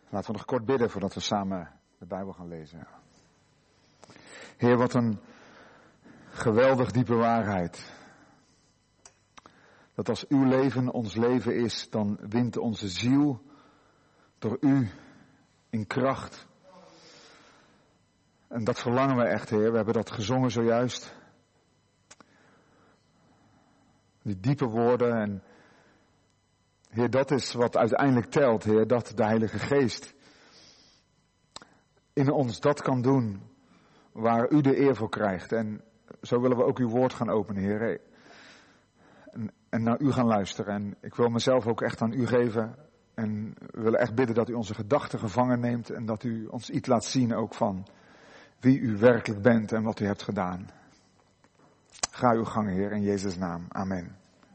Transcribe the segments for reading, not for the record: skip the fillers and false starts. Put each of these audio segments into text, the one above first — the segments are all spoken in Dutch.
Laten we nog kort bidden voordat we samen de Bijbel gaan lezen. Heer, wat een geweldig diepe waarheid. Dat als uw leven ons leven is, dan wint onze ziel door u in kracht. En dat verlangen we echt, Heer. We hebben dat gezongen zojuist. Die diepe woorden. En Heer, dat is wat uiteindelijk telt, Heer. Dat de Heilige Geest in ons dat kan doen waar u de eer voor krijgt. En zo willen we ook uw woord gaan openen, Heer. En naar u gaan luisteren. En ik wil mezelf ook echt aan u geven. En we willen echt bidden dat u onze gedachten gevangen neemt. En dat u ons iets laat zien ook van wie u werkelijk bent en wat u hebt gedaan. Ga uw gang, Heer, in Jezus' naam. Amen.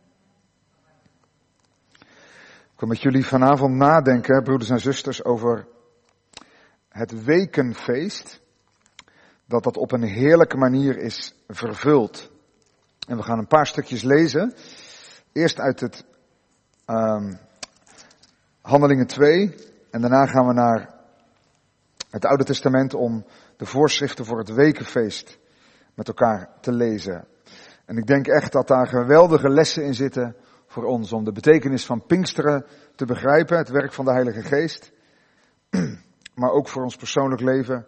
Ik wil met jullie vanavond nadenken, broeders en zusters, over het wekenfeest. Dat op een heerlijke manier is vervuld. En we gaan een paar stukjes lezen. Eerst uit het Handelingen 2. En daarna gaan we naar het Oude Testament om de voorschriften voor het wekenfeest met elkaar te lezen. En ik denk echt dat daar geweldige lessen in zitten voor ons om de betekenis van Pinksteren te begrijpen, het werk van de Heilige Geest. Maar ook voor ons persoonlijk leven.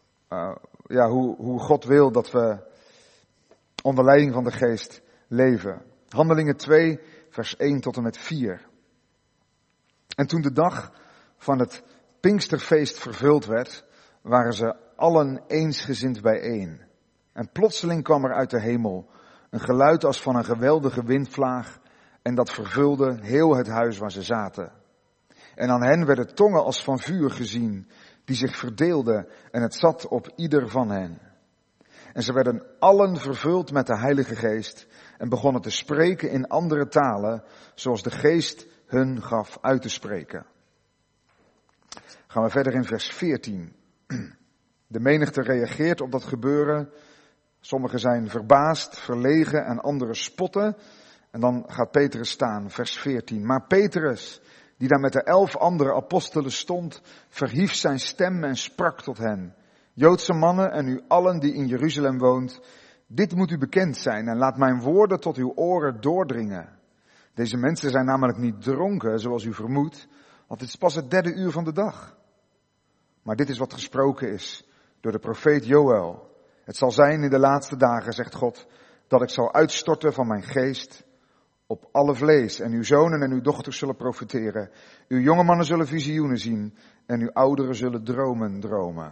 Hoe God wil dat we onder leiding van de Geest leven. Handelingen 2, vers 1 tot en met 4. En toen de dag van het Pinksterfeest vervuld werd, waren ze allen eensgezind bijeen. En plotseling kwam er uit de hemel een geluid als van een geweldige windvlaag, en dat vervulde heel het huis waar ze zaten. En aan hen werden tongen als van vuur gezien, die zich verdeelden, en het zat op ieder van hen. En ze werden allen vervuld met de Heilige Geest en begonnen te spreken in andere talen, zoals de Geest hun gaf uit te spreken. Gaan we verder in vers 14. De menigte reageert op dat gebeuren. Sommigen zijn verbaasd, verlegen en anderen spotten. En dan gaat Petrus staan, vers 14. Maar Petrus, die daar met de 11 andere apostelen stond, verhief zijn stem en sprak tot hen. Joodse mannen en u allen die in Jeruzalem woont, dit moet u bekend zijn en laat mijn woorden tot uw oren doordringen. Deze mensen zijn namelijk niet dronken, zoals u vermoedt, want het is pas het 3e uur van de dag. Maar dit is wat gesproken is door de profeet Joël. Het zal zijn in de laatste dagen, zegt God, dat ik zal uitstorten van mijn geest op alle vlees. En uw zonen en uw dochters zullen profeteren. Uw jonge mannen zullen visioenen zien en uw ouderen zullen dromen.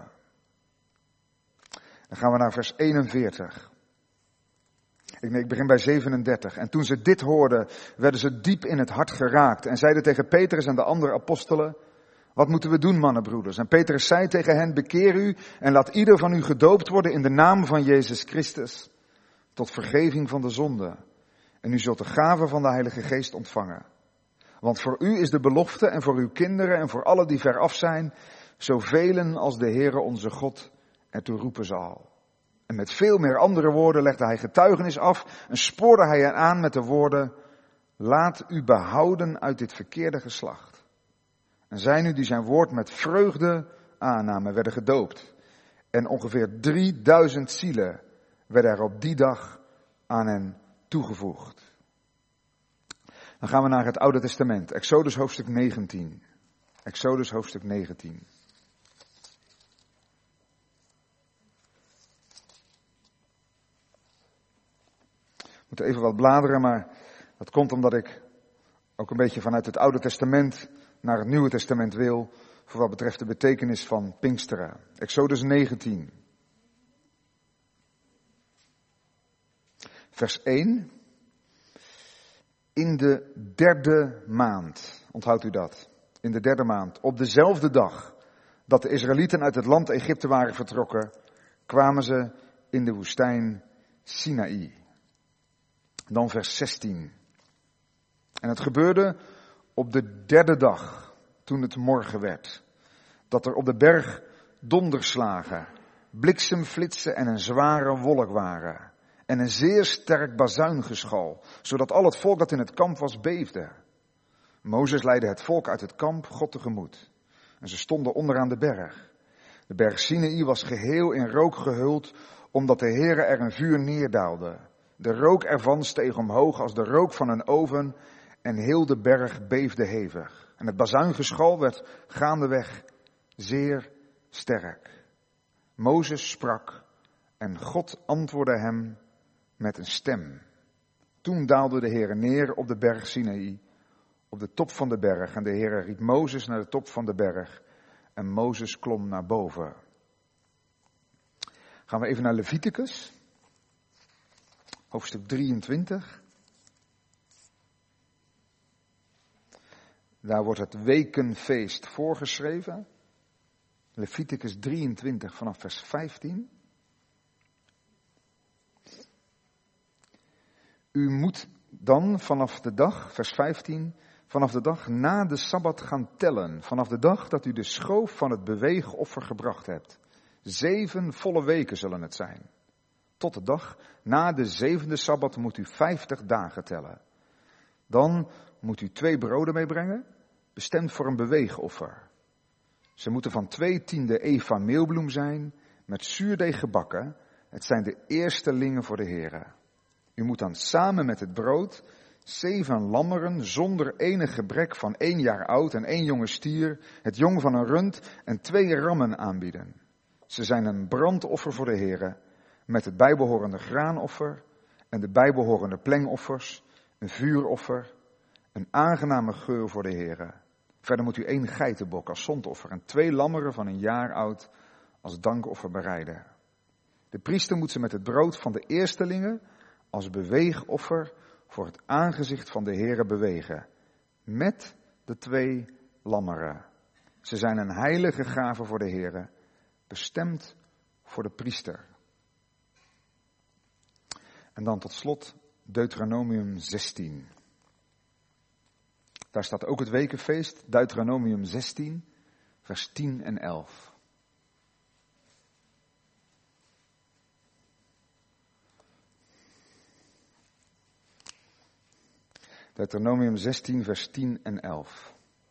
Dan gaan we naar vers 41. Ik begin bij 37. En toen ze dit hoorden, werden ze diep in het hart geraakt en zeiden tegen Petrus en de andere apostelen: wat moeten we doen, mannenbroeders? En Petrus zei tegen hen: bekeer u en laat ieder van u gedoopt worden in de naam van Jezus Christus, tot vergeving van de zonde. En u zult de gave van de Heilige Geest ontvangen. Want voor u is de belofte en voor uw kinderen en voor alle die veraf zijn, zoveel als de Heere onze God ertoe roepen zal. En met veel meer andere woorden legde hij getuigenis af en spoorde hij hen aan met de woorden: laat u behouden uit dit verkeerde geslacht. En zij nu die zijn woord met vreugde aannamen, werden gedoopt. En ongeveer 3000 zielen werden er op die dag aan hen toegevoegd. Dan gaan we naar het Oude Testament. Exodus hoofdstuk 19. Exodus hoofdstuk 19. We moeten even wat bladeren, maar dat komt omdat ik ook een beetje vanuit het Oude Testament naar het Nieuwe Testament wil, voor wat betreft de betekenis van Pinksteren. Exodus 19. Vers 1. In de 3e maand, onthoudt u dat, in de 3e maand, op dezelfde dag dat de Israëlieten uit het land Egypte waren vertrokken, kwamen ze in de woestijn Sinaï. Dan vers 16. En het gebeurde op de 3e dag, toen het morgen werd, dat er op de berg donderslagen, bliksemflitsen en een zware wolk waren. En een zeer sterk bazuingeschal, zodat al het volk dat in het kamp was beefde. Mozes leidde het volk uit het kamp God tegemoet. En ze stonden onderaan de berg. De berg Sinaï was geheel in rook gehuld, omdat de Heere er een vuur neerdaalde. De rook ervan steeg omhoog als de rook van een oven en heel de berg beefde hevig. En het bazuingeschal werd gaandeweg zeer sterk. Mozes sprak en God antwoordde hem met een stem. Toen daalde de Heere neer op de berg Sinaï, op de top van de berg. En de Heere riep Mozes naar de top van de berg. En Mozes klom naar boven. Gaan we even naar Leviticus. Hoofdstuk 23. Daar wordt het wekenfeest voorgeschreven. Leviticus 23 vanaf vers 15. U moet dan vanaf de dag, vers 15, vanaf de dag na de Sabbat gaan tellen. Vanaf de dag dat u de schoof van het beweegoffer gebracht hebt. 7 volle weken zullen het zijn. Tot de dag na de 7e Sabbat moet u 50 dagen tellen. Dan moet u 2 broden meebrengen, bestemd voor een beweegoffer. Ze moeten van 2/10 eva meelbloem zijn, met zuurdeeg gebakken. Het zijn de eerstelingen voor de Heere. U moet dan samen met het brood 7 lammeren zonder enig gebrek van 1 jaar oud en 1 jonge stier, het jong van een rund en 2 rammen aanbieden. Ze zijn een brandoffer voor de Heere, met het bijbehorende graanoffer en de bijbehorende plengoffers, een vuuroffer, een aangename geur voor de Heere. Verder moet u 1 geitenbok als zondoffer en 2 lammeren van 1 jaar oud als dankoffer bereiden. De priester moet ze met het brood van de eerstelingen als beweegoffer voor het aangezicht van de Heere bewegen, met de 2 lammeren. Ze zijn een heilige gave voor de Heere, bestemd voor de priester. En dan tot slot Deuteronomium 16. Daar staat ook het wekenfeest, Deuteronomium 16, vers 10 en 11. Deuteronomium 16, vers 10 en 11.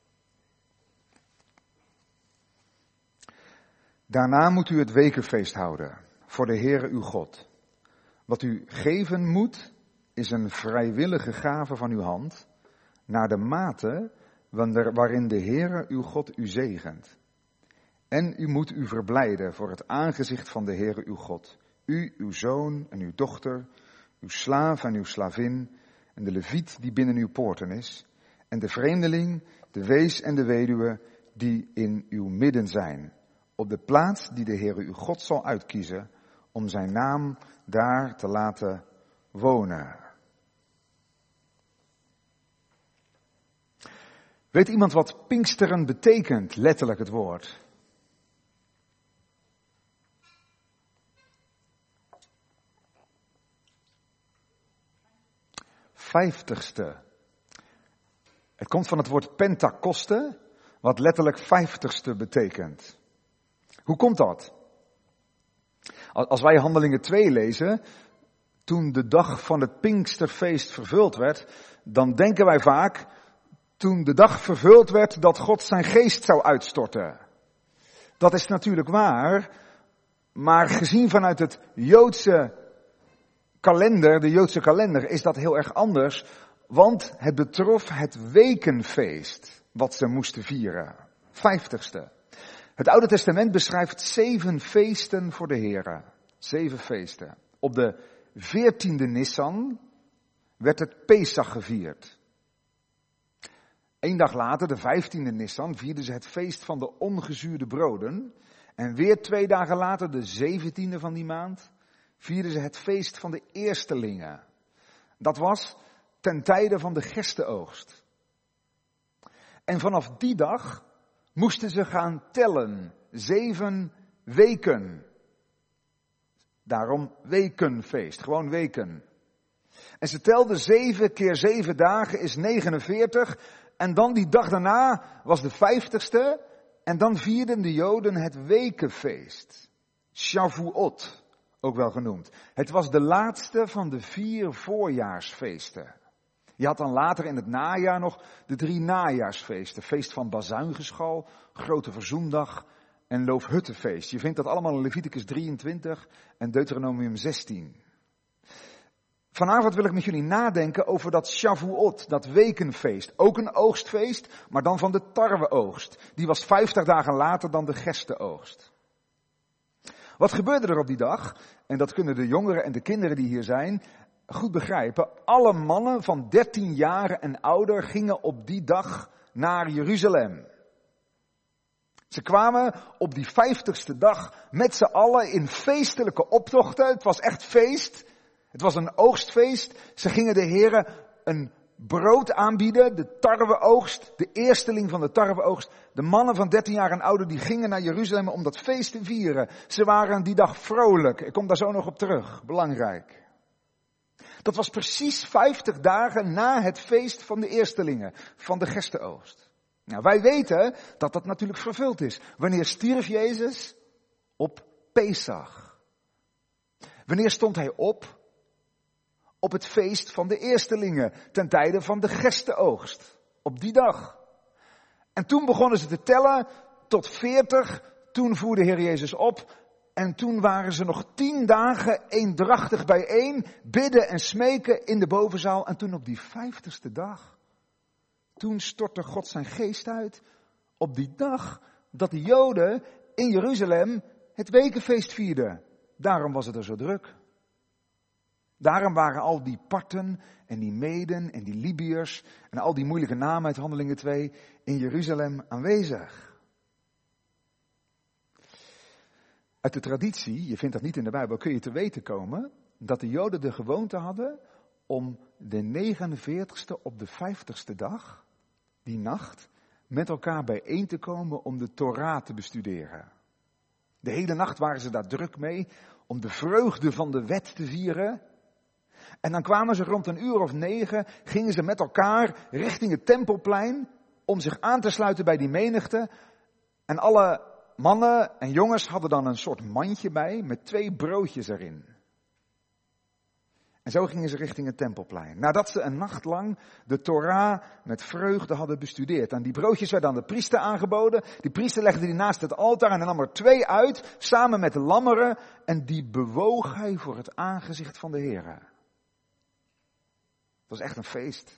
Daarna moet u het wekenfeest houden voor de Heere uw God. Wat u geven moet, is een vrijwillige gave van uw hand, naar de mate waarin de Heere uw God u zegent. En u moet u verblijden voor het aangezicht van de Heere uw God. U, uw zoon en uw dochter, uw slaaf en uw slavin, en de leviet die binnen uw poorten is, en de vreemdeling, de wees en de weduwe die in uw midden zijn, op de plaats die de Heere uw God zal uitkiezen, om zijn naam daar te laten wonen. Weet iemand wat Pinksteren betekent, letterlijk het woord? 50ste. Het komt van het woord Pentakoste, wat letterlijk 50ste betekent. Hoe komt dat? Als wij Handelingen 2 lezen, toen de dag van het Pinksterfeest vervuld werd, dan denken wij vaak, toen de dag vervuld werd dat God zijn geest zou uitstorten. Dat is natuurlijk waar, maar gezien vanuit het Joodse kalender, de Joodse kalender, is dat heel erg anders, want het betrof het wekenfeest wat ze moesten vieren. 50ste. Het Oude Testament beschrijft 7 feesten voor de Heere. 7 feesten. Op de 14e Nissan werd het Pesach gevierd. 1 dag later, de 15e Nissan, vierden ze het feest van de ongezuurde broden. En weer 2 dagen later, de 17e van die maand, vierden ze het feest van de eerstelingen. Dat was ten tijde van de gerstenoogst. En vanaf die dag moesten ze gaan tellen. 7 weken. Daarom wekenfeest, gewoon weken. En ze telden 7 keer 7 dagen is 49. En dan die dag daarna was de 50ste. En dan vierden de Joden het wekenfeest. Shavuot, ook wel genoemd. Het was de laatste van de 4 voorjaarsfeesten. Je had dan later in het najaar nog de 3 najaarsfeesten. Feest van Bazuingeschal, Grote Verzoendag en Loofhuttenfeest. Je vindt dat allemaal in Leviticus 23 en Deuteronomium 16. Vanavond wil ik met jullie nadenken over dat Shavuot, dat wekenfeest. Ook een oogstfeest, maar dan van de tarweoogst. Die was 50 dagen later dan de gerstenoogst. Wat gebeurde er op die dag? En dat kunnen de jongeren en de kinderen die hier zijn goed begrijpen. Alle mannen van 13 jaar en ouder gingen op die dag naar Jeruzalem. Ze kwamen op die 50ste dag met z'n allen in feestelijke optochten. Het was echt feest. Het was een oogstfeest. Ze gingen de Heere een brood aanbieden, de tarweoogst, de eersteling van de tarweoogst. De mannen van 13 jaar en ouder die gingen naar Jeruzalem om dat feest te vieren. Ze waren die dag vrolijk. Ik kom daar zo nog op terug. Belangrijk. Dat was precies 50 dagen na het feest van de eerstelingen, van de gerstenoogst. Nou, wij weten dat dat natuurlijk vervuld is. Wanneer stierf Jezus? Op Pesach. Wanneer stond hij op? Op het feest van de eerstelingen, ten tijde van de gerstenoogst. Op die dag. En toen begonnen ze te tellen tot 40. Toen voerde de Heer Jezus op. En toen waren ze nog 10 dagen eendrachtig bijeen, bidden en smeken in de bovenzaal. En toen op die 50ste dag, toen stortte God zijn geest uit. Op die dag dat de Joden in Jeruzalem het wekenfeest vierden. Daarom was het er zo druk. Daarom waren al die Parten en die Meden en die Libiërs en al die moeilijke namen uit Handelingen 2 in Jeruzalem aanwezig. Uit de traditie, je vindt dat niet in de Bijbel, kun je te weten komen dat de Joden de gewoonte hadden om de 49ste op de 50ste dag, die nacht, met elkaar bijeen te komen om de Torah te bestuderen. De hele nacht waren ze daar druk mee om de vreugde van de wet te vieren. En dan kwamen ze rond 9:00, gingen ze met elkaar richting het Tempelplein om zich aan te sluiten bij die menigte. En alle mannen en jongens hadden dan een soort mandje bij met 2 broodjes erin. En zo gingen ze richting het Tempelplein. Nadat ze een nacht lang de Torah met vreugde hadden bestudeerd. En die broodjes werden aan de priester aangeboden. Die priester legde die naast het altaar en nam er 2 uit, samen met de lammeren. En die bewoog hij voor het aangezicht van de Heere. Dat was echt een feest.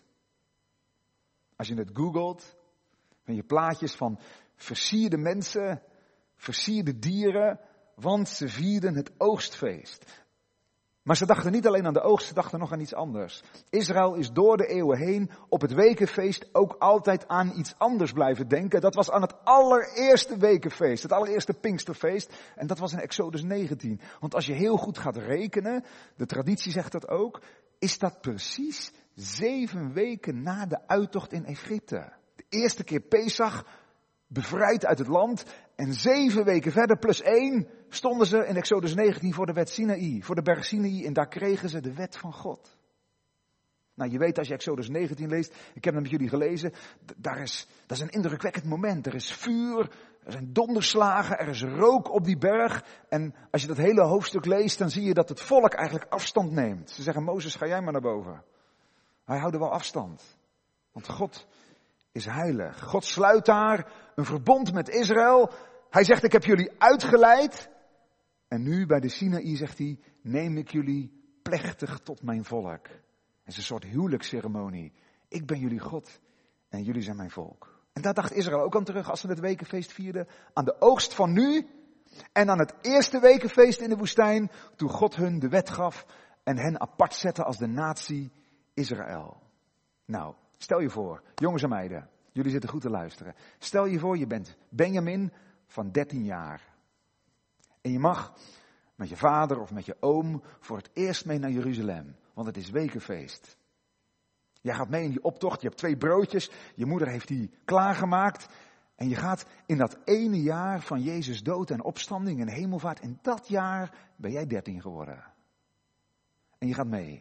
Als je het googelt, dan je plaatjes van versierde mensen, versierde dieren, want ze vierden het oogstfeest. Maar ze dachten niet alleen aan de oogst, ze dachten nog aan iets anders. Israël is door de eeuwen heen op het wekenfeest ook altijd aan iets anders blijven denken. Dat was aan het allereerste wekenfeest, het allereerste Pinksterfeest. En dat was in Exodus 19. Want als je heel goed gaat rekenen, de traditie zegt dat ook, is dat precies 7 weken na de uittocht in Egypte. De eerste keer Pesach, bevrijd uit het land. En 7 weken verder, plus 1, stonden ze in Exodus 19 voor de wet Sinaï, voor de berg Sinaï. En daar kregen ze de wet van God. Nou, je weet als je Exodus 19 leest, ik heb dat met jullie gelezen, dat is een indrukwekkend moment. Er is vuur, er zijn donderslagen, er is rook op die berg. En als je dat hele hoofdstuk leest, dan zie je dat het volk eigenlijk afstand neemt. Ze zeggen, Mozes, ga jij maar naar boven. Hij houdt wel afstand. Want God is heilig. God sluit daar een verbond met Israël. Hij zegt, ik heb jullie uitgeleid. En nu bij de Sinaï zegt hij, neem ik jullie plechtig tot mijn volk. Het is een soort huwelijksceremonie. Ik ben jullie God en jullie zijn mijn volk. En daar dacht Israël ook aan terug als ze het wekenfeest vierden. Aan de oogst van nu en aan het eerste wekenfeest in de woestijn. Toen God hun de wet gaf en hen apart zette als de natie Israël. Nou, stel je voor, jongens en meiden, jullie zitten goed te luisteren. Stel je voor, je bent Benjamin van 13 jaar. En je mag met je vader of met je oom voor het eerst mee naar Jeruzalem. Want het is wekenfeest. Jij gaat mee in die optocht, je hebt 2 broodjes. Je moeder heeft die klaargemaakt. En je gaat in dat ene jaar van Jezus dood en opstanding en hemelvaart. In dat jaar ben jij 13 geworden. En je gaat mee.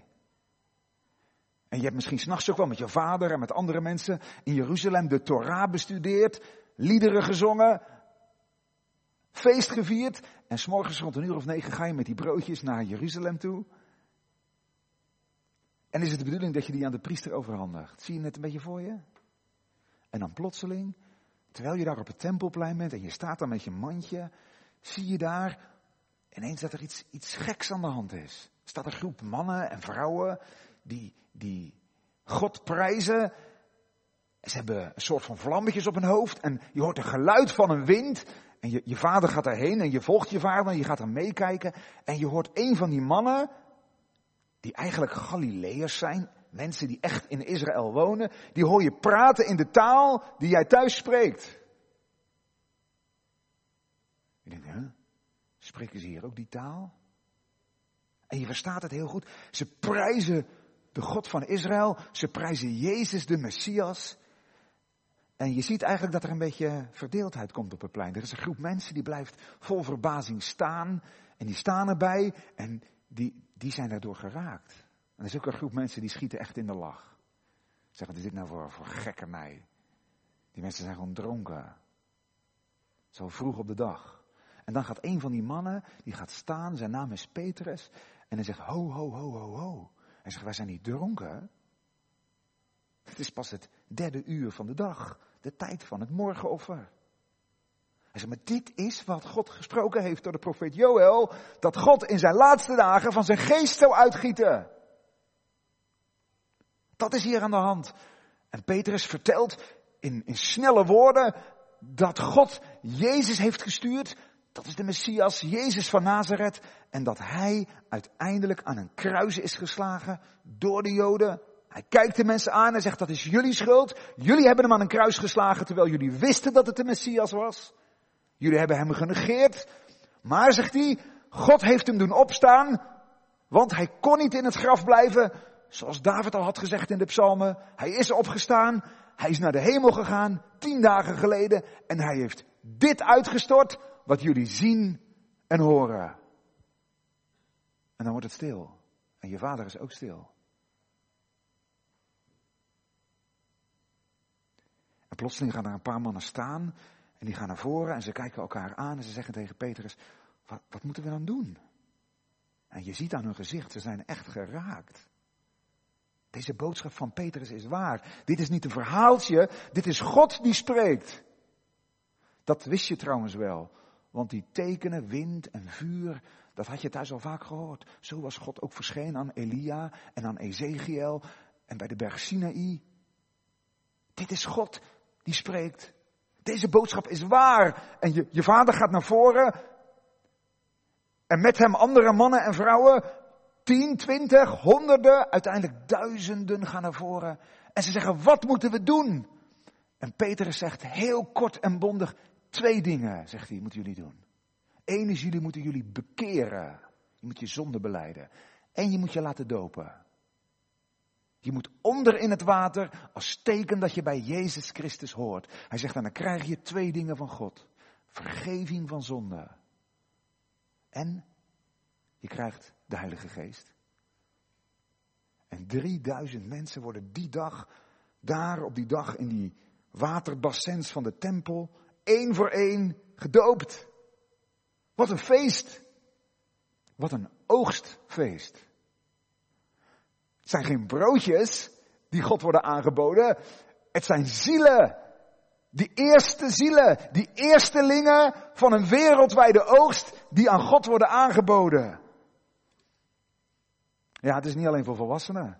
En je hebt misschien 's nachts ook wel met je vader en met andere mensen in Jeruzalem de Torah bestudeerd. Liederen gezongen. Feest gevierd. En 's morgens rond 9:00 ga je met die broodjes naar Jeruzalem toe. En is het de bedoeling dat je die aan de priester overhandigt? Zie je het een beetje voor je? En dan plotseling, terwijl je daar op het tempelplein bent en je staat daar met je mandje, zie je daar ineens dat er iets geks aan de hand is. Er staat een groep mannen en vrouwen die God prijzen. Ze hebben een soort van vlammetjes op hun hoofd en je hoort een geluid van een wind. En je vader gaat daarheen en je volgt je vader en je gaat er meekijken. En je hoort een van die mannen, die eigenlijk Galileërs zijn, mensen die echt in Israël wonen, die hoor je praten in de taal die jij thuis spreekt. Je denkt, spreken ze hier ook die taal? En je verstaat het heel goed. Ze prijzen de God van Israël, ze prijzen Jezus de Messias. En je ziet eigenlijk dat er een beetje verdeeldheid komt op het plein. Er is een groep mensen die blijft vol verbazing staan. En die staan erbij en die zijn daardoor geraakt. En er is ook een groep mensen die schieten echt in de lach. Zeggen, wat is dit nou voor gekkernij? Die mensen zijn gewoon dronken. Zo vroeg op de dag. En dan gaat een van die mannen, die gaat staan, zijn naam is Petrus. En hij zegt, ho, ho, ho, ho, ho. Hij zegt, wij zijn niet dronken. Het is pas het 3e uur van de dag. De tijd van het morgenoffer. Hij zegt, maar dit is wat God gesproken heeft door de profeet Joël. Dat God in zijn laatste dagen van zijn geest zou uitgieten. Dat is hier aan de hand. En Petrus vertelt in snelle woorden dat God Jezus heeft gestuurd. Dat is de Messias, Jezus van Nazareth. En dat hij uiteindelijk aan een kruis is geslagen door de Joden. Hij kijkt de mensen aan en zegt, dat is jullie schuld. Jullie hebben hem aan een kruis geslagen terwijl jullie wisten dat het de Messias was. Jullie hebben hem genegeerd. Maar, zegt hij, God heeft hem doen opstaan. Want hij kon niet in het graf blijven. Zoals David al had gezegd in de psalmen. Hij is opgestaan. Hij is naar de hemel gegaan. 10 dagen geleden. En hij heeft dit uitgestort. Wat jullie zien en horen. En dan wordt het stil. En je vader is ook stil. En plotseling gaan er een paar mannen staan. En die gaan naar voren en ze kijken elkaar aan. En ze zeggen tegen Petrus, wat moeten we dan doen? En je ziet aan hun gezicht, ze zijn echt geraakt. Deze boodschap van Petrus is waar. Dit is niet een verhaaltje, dit is God die spreekt. Dat wist je trouwens wel. Want die tekenen, wind en vuur, dat had je thuis al vaak gehoord. Zo was God ook verschenen aan Elia en aan Ezekiel en bij de berg Sinaï. Dit is God die spreekt. Deze boodschap is waar. En je vader gaat naar voren. En met hem andere mannen en vrouwen. 10, 20, honderden, uiteindelijk duizenden gaan naar voren. En ze zeggen, wat moeten we doen? En Petrus zegt heel kort en bondig, 2 dingen, zegt hij, moeten jullie doen. 1 is, jullie moeten jullie bekeren. Je moet je zonde belijden. En je moet je laten dopen. Je moet onder in het water als teken dat je bij Jezus Christus hoort. Hij zegt, en dan krijg je 2 dingen van God. Vergeving van zonde. En je krijgt de Heilige Geest. En 3000 mensen worden die dag, daar op die dag in die waterbassins van de tempel, 1 voor 1 gedoopt. Wat een feest. Wat een oogstfeest. Het zijn geen broodjes die God worden aangeboden. Het zijn zielen. Die eerste zielen. Die eerstelingen van een wereldwijde oogst die aan God worden aangeboden. Ja, het is niet alleen voor volwassenen.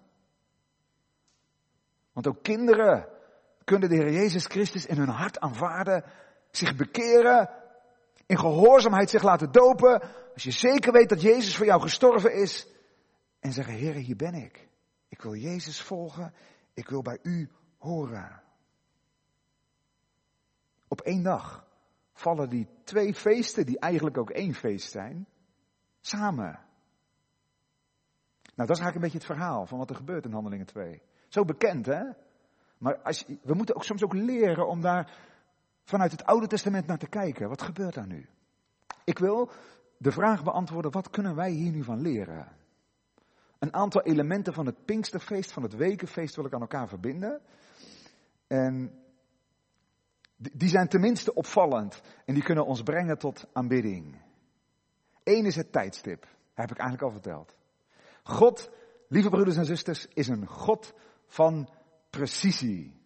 Want ook kinderen kunnen de Heer Jezus Christus in hun hart aanvaarden. Zich bekeren. In gehoorzaamheid zich laten dopen. Als je zeker weet dat Jezus voor jou gestorven is. En zeggen, Heer, hier ben ik. Ik wil Jezus volgen. Ik wil bij u horen. Op 1 dag vallen die 2 feesten, die eigenlijk ook 1 feest zijn, samen. Nou, dat is eigenlijk een beetje het verhaal van wat er gebeurt in Handelingen 2. Zo bekend, hè? Maar we moeten ook soms ook leren om daar vanuit het Oude Testament naar te kijken. Wat gebeurt daar nu? Ik wil de vraag beantwoorden, wat kunnen wij hier nu van leren? Een aantal elementen van het Pinksterfeest, van het Wekenfeest wil ik aan elkaar verbinden. En die zijn tenminste opvallend en die kunnen ons brengen tot aanbidding. 1 is het tijdstip, dat heb ik eigenlijk al verteld. God lieve broeders en zusters, is een God van precisie.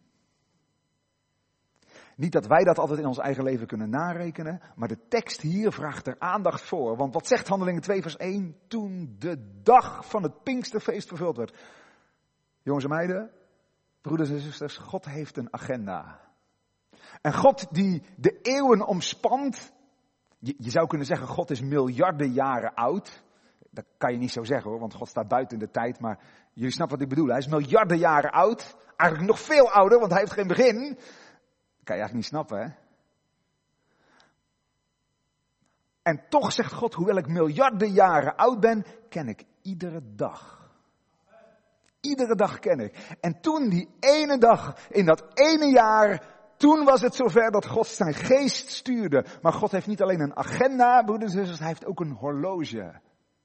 Niet dat wij dat altijd in ons eigen leven kunnen narekenen, maar de tekst hier vraagt er aandacht voor. Want wat zegt Handelingen 2 vers 1? Toen de dag van het Pinksterfeest vervuld werd. Jongens en meiden, broeders en zusters, God heeft een agenda. En God die de eeuwen omspant, je zou kunnen zeggen God is miljarden jaren oud. Dat kan je niet zo zeggen hoor, want God staat buiten de tijd, maar jullie snappen wat ik bedoel. Hij is miljarden jaren oud, eigenlijk nog veel ouder, want hij heeft geen begin. Dat kan je eigenlijk niet snappen, hè? En toch zegt God, hoewel ik miljarden jaren oud ben, ken ik iedere dag. Iedere dag ken ik. En toen die ene dag, in dat ene jaar, toen was het zover dat God zijn geest stuurde. Maar God heeft niet alleen een agenda, broeders en zusters, hij heeft ook een horloge.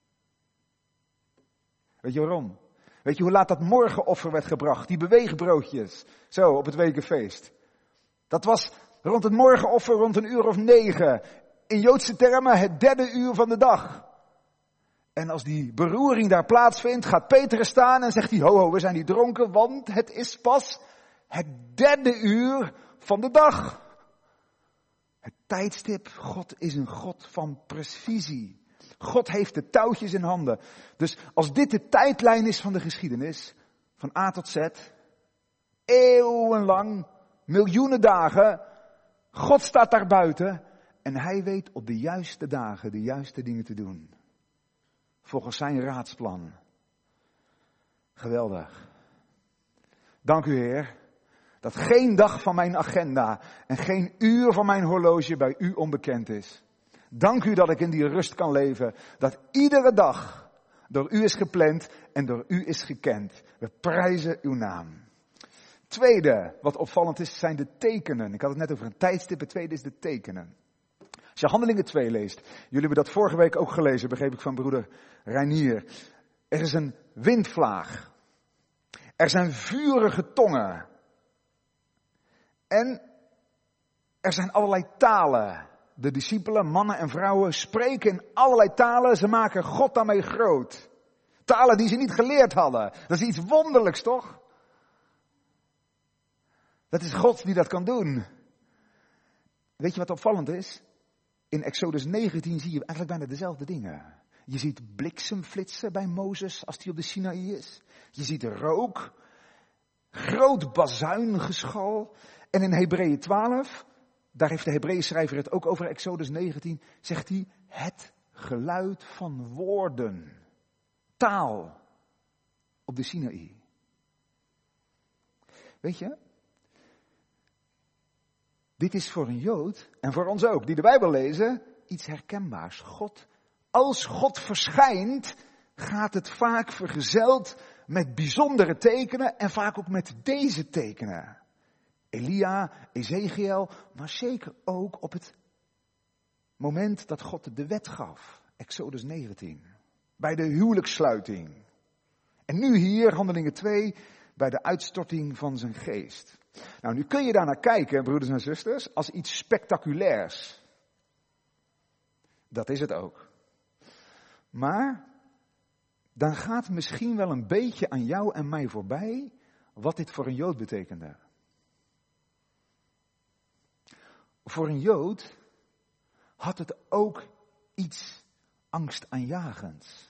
Weet je waarom? Weet je hoe laat dat morgenoffer werd gebracht? Die beweegbroodjes, zo op het wekenfeest. Dat was rond het morgenoffer rond 9:00. In Joodse termen het 3e uur van de dag. En als die beroering daar plaatsvindt, gaat Petrus staan en zegt hij, ho, we zijn niet dronken, want het is pas het 3e uur van de dag. Het tijdstip, God is een God van precisie. God heeft de touwtjes in handen. Dus als dit de tijdlijn is van de geschiedenis, van A tot Z, eeuwenlang, miljoenen dagen, God staat daar buiten en hij weet op de juiste dagen de juiste dingen te doen. Volgens zijn raadsplan. Geweldig. Dank u Heer, dat geen dag van mijn agenda en geen uur van mijn horloge bij u onbekend is. Dank u dat ik in die rust kan leven, dat iedere dag door u is gepland en door u is gekend. We prijzen uw naam. Tweede, wat opvallend is, zijn de tekenen. Ik had het net over een tijdstip, het tweede is de tekenen. Als je Handelingen 2 leest, jullie hebben dat vorige week ook gelezen, begreep ik van broeder Reinier. Er is een windvlaag. Er zijn vurige tongen. En er zijn allerlei talen. De discipelen, mannen en vrouwen, spreken in allerlei talen. Ze maken God daarmee groot. Talen die ze niet geleerd hadden. Dat is iets wonderlijks, toch? Dat is God die dat kan doen. Weet je wat opvallend is? In Exodus 19 zie je eigenlijk bijna dezelfde dingen. Je ziet bliksemflitsen bij Mozes als hij op de Sinaï is. Je ziet rook, groot bazuingeschal. En in Hebreeën 12, daar heeft de Hebreeënschrijver het ook over Exodus 19, zegt hij het geluid van woorden. Taal op de Sinaï. Weet je? Dit is voor een Jood, en voor ons ook, die de Bijbel lezen, iets herkenbaars. Als God verschijnt, gaat het vaak vergezeld met bijzondere tekenen en vaak ook met deze tekenen. Elia, Ezekiel, maar zeker ook op het moment dat God de wet gaf. Exodus 19. Bij de huwelijkssluiting. En nu hier, Handelingen 2, bij de uitstorting van zijn geest. Nou, nu kun je daar naar kijken, broeders en zusters, als iets spectaculairs. Dat is het ook. Maar dan gaat misschien wel een beetje aan jou en mij voorbij wat dit voor een Jood betekende. Voor een Jood had het ook iets angstaanjagends.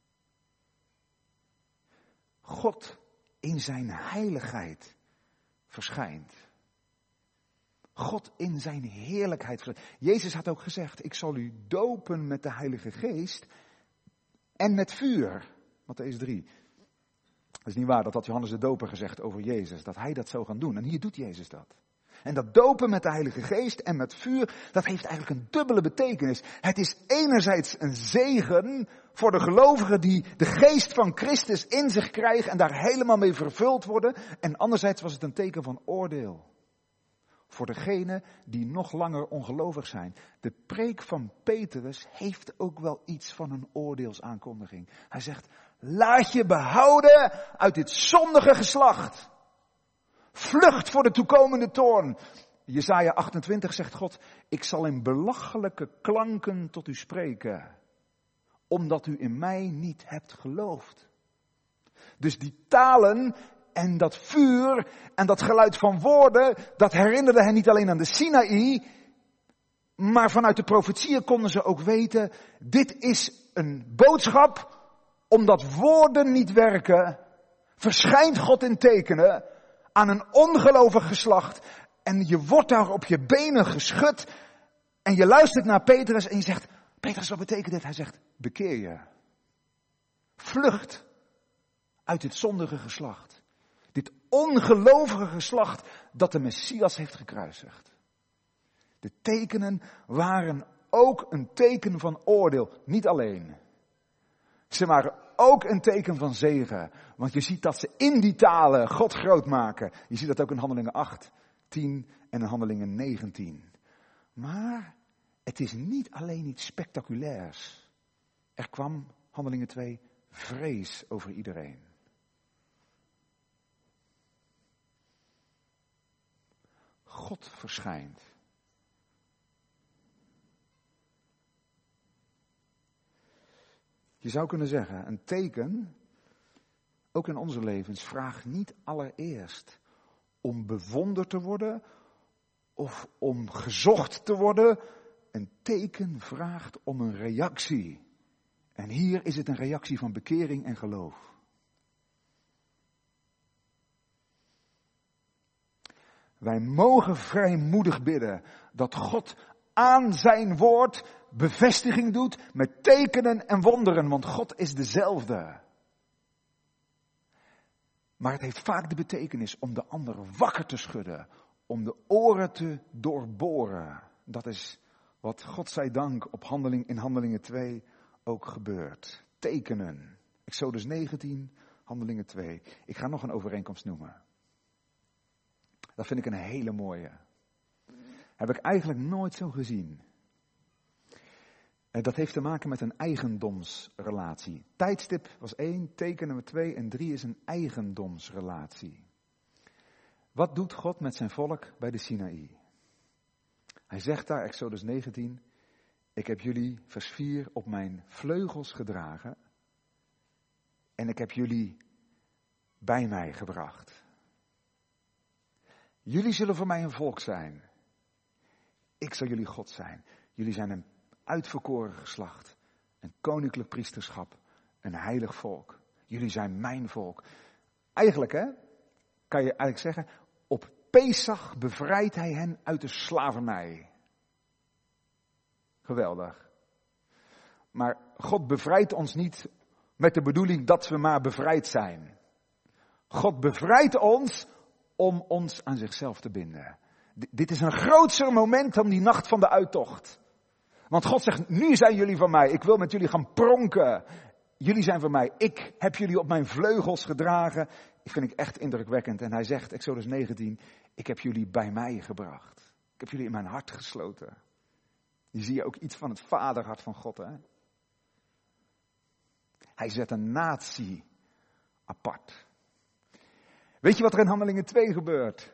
God in zijn heiligheid verschijnt. God in zijn heerlijkheid verschijnt. Jezus had ook gezegd, ik zal u dopen met de Heilige Geest en met vuur. Mattheüs 3. Dat is niet waar, dat had Johannes de Doper gezegd over Jezus, dat hij dat zou gaan doen. En hier doet Jezus dat. En dat dopen met de Heilige Geest en met vuur, dat heeft eigenlijk een dubbele betekenis. Het is enerzijds een zegen voor de gelovigen die de geest van Christus in zich krijgen en daar helemaal mee vervuld worden. En anderzijds was het een teken van oordeel. Voor degenen die nog langer ongelovig zijn. De preek van Petrus heeft ook wel iets van een oordeelsaankondiging. Hij zegt, laat je behouden uit dit zondige geslacht. Vlucht voor de toekomende toorn. Jesaja 28 zegt God, ik zal in belachelijke klanken tot u spreken, omdat u in mij niet hebt geloofd. Dus die talen en dat vuur en dat geluid van woorden, dat herinnerde hen niet alleen aan de Sinaï, maar vanuit de profetieën konden ze ook weten, dit is een boodschap, omdat woorden niet werken, verschijnt God in tekenen aan een ongelovig geslacht en je wordt daar op je benen geschud en je luistert naar Petrus en je zegt, Petrus, wat betekent dit? Hij zegt, bekeer je. Vlucht uit dit zondige geslacht. Dit ongelovige geslacht dat de Messias heeft gekruisigd. De tekenen waren ook een teken van oordeel. Niet alleen. Ze waren ook een teken van zegen. Want je ziet dat ze in die talen God groot maken. Je ziet dat ook in Handelingen 8, 10 en in Handelingen 19. Maar het is niet alleen iets spectaculairs. Er kwam, Handelingen 2, vrees over iedereen. God verschijnt. Je zou kunnen zeggen, een teken, ook in onze levens, vraagt niet allereerst om bewonderd te worden of om gezocht te worden. Een teken vraagt om een reactie. En hier is het een reactie van bekering en geloof. Wij mogen vrijmoedig bidden dat God aan zijn woord bevestiging doet met tekenen en wonderen, want God is dezelfde. Maar het heeft vaak de betekenis om de ander wakker te schudden, om de oren te doorboren. Dat is wat godzijdank in Handelingen 2 ook gebeurt. Tekenen. Exodus 19, Handelingen 2. Ik ga nog een overeenkomst noemen. Dat vind ik een hele mooie. Heb ik eigenlijk nooit zo gezien. Dat heeft te maken met een eigendomsrelatie. Tijdstip was 1, teken nummer 2 en 3 is een eigendomsrelatie. Wat doet God met zijn volk bij de Sinaï? Hij zegt daar, Exodus 19, ik heb jullie, vers 4, op mijn vleugels gedragen en ik heb jullie bij mij gebracht. Jullie zullen voor mij een volk zijn. Ik zal jullie God zijn. Jullie zijn een uitverkoren geslacht. Een koninklijk priesterschap. Een heilig volk. Jullie zijn mijn volk. Eigenlijk kan je eigenlijk zeggen, op Pesach bevrijdt hij hen uit de slavernij. Geweldig. Maar God bevrijdt ons niet met de bedoeling dat we maar bevrijd zijn. God bevrijdt ons om ons aan zichzelf te binden. Dit is een grootser moment dan die nacht van de uittocht. Want God zegt, nu zijn jullie van mij. Ik wil met jullie gaan pronken. Jullie zijn van mij. Ik heb jullie op mijn vleugels gedragen. Ik vind het echt indrukwekkend. En hij zegt, Exodus 19, ik heb jullie bij mij gebracht. Ik heb jullie in mijn hart gesloten. Hier zie je ook iets van het vaderhart van God. Hè? Hij zet een natie apart. Weet je wat er in Handelingen 2 gebeurt?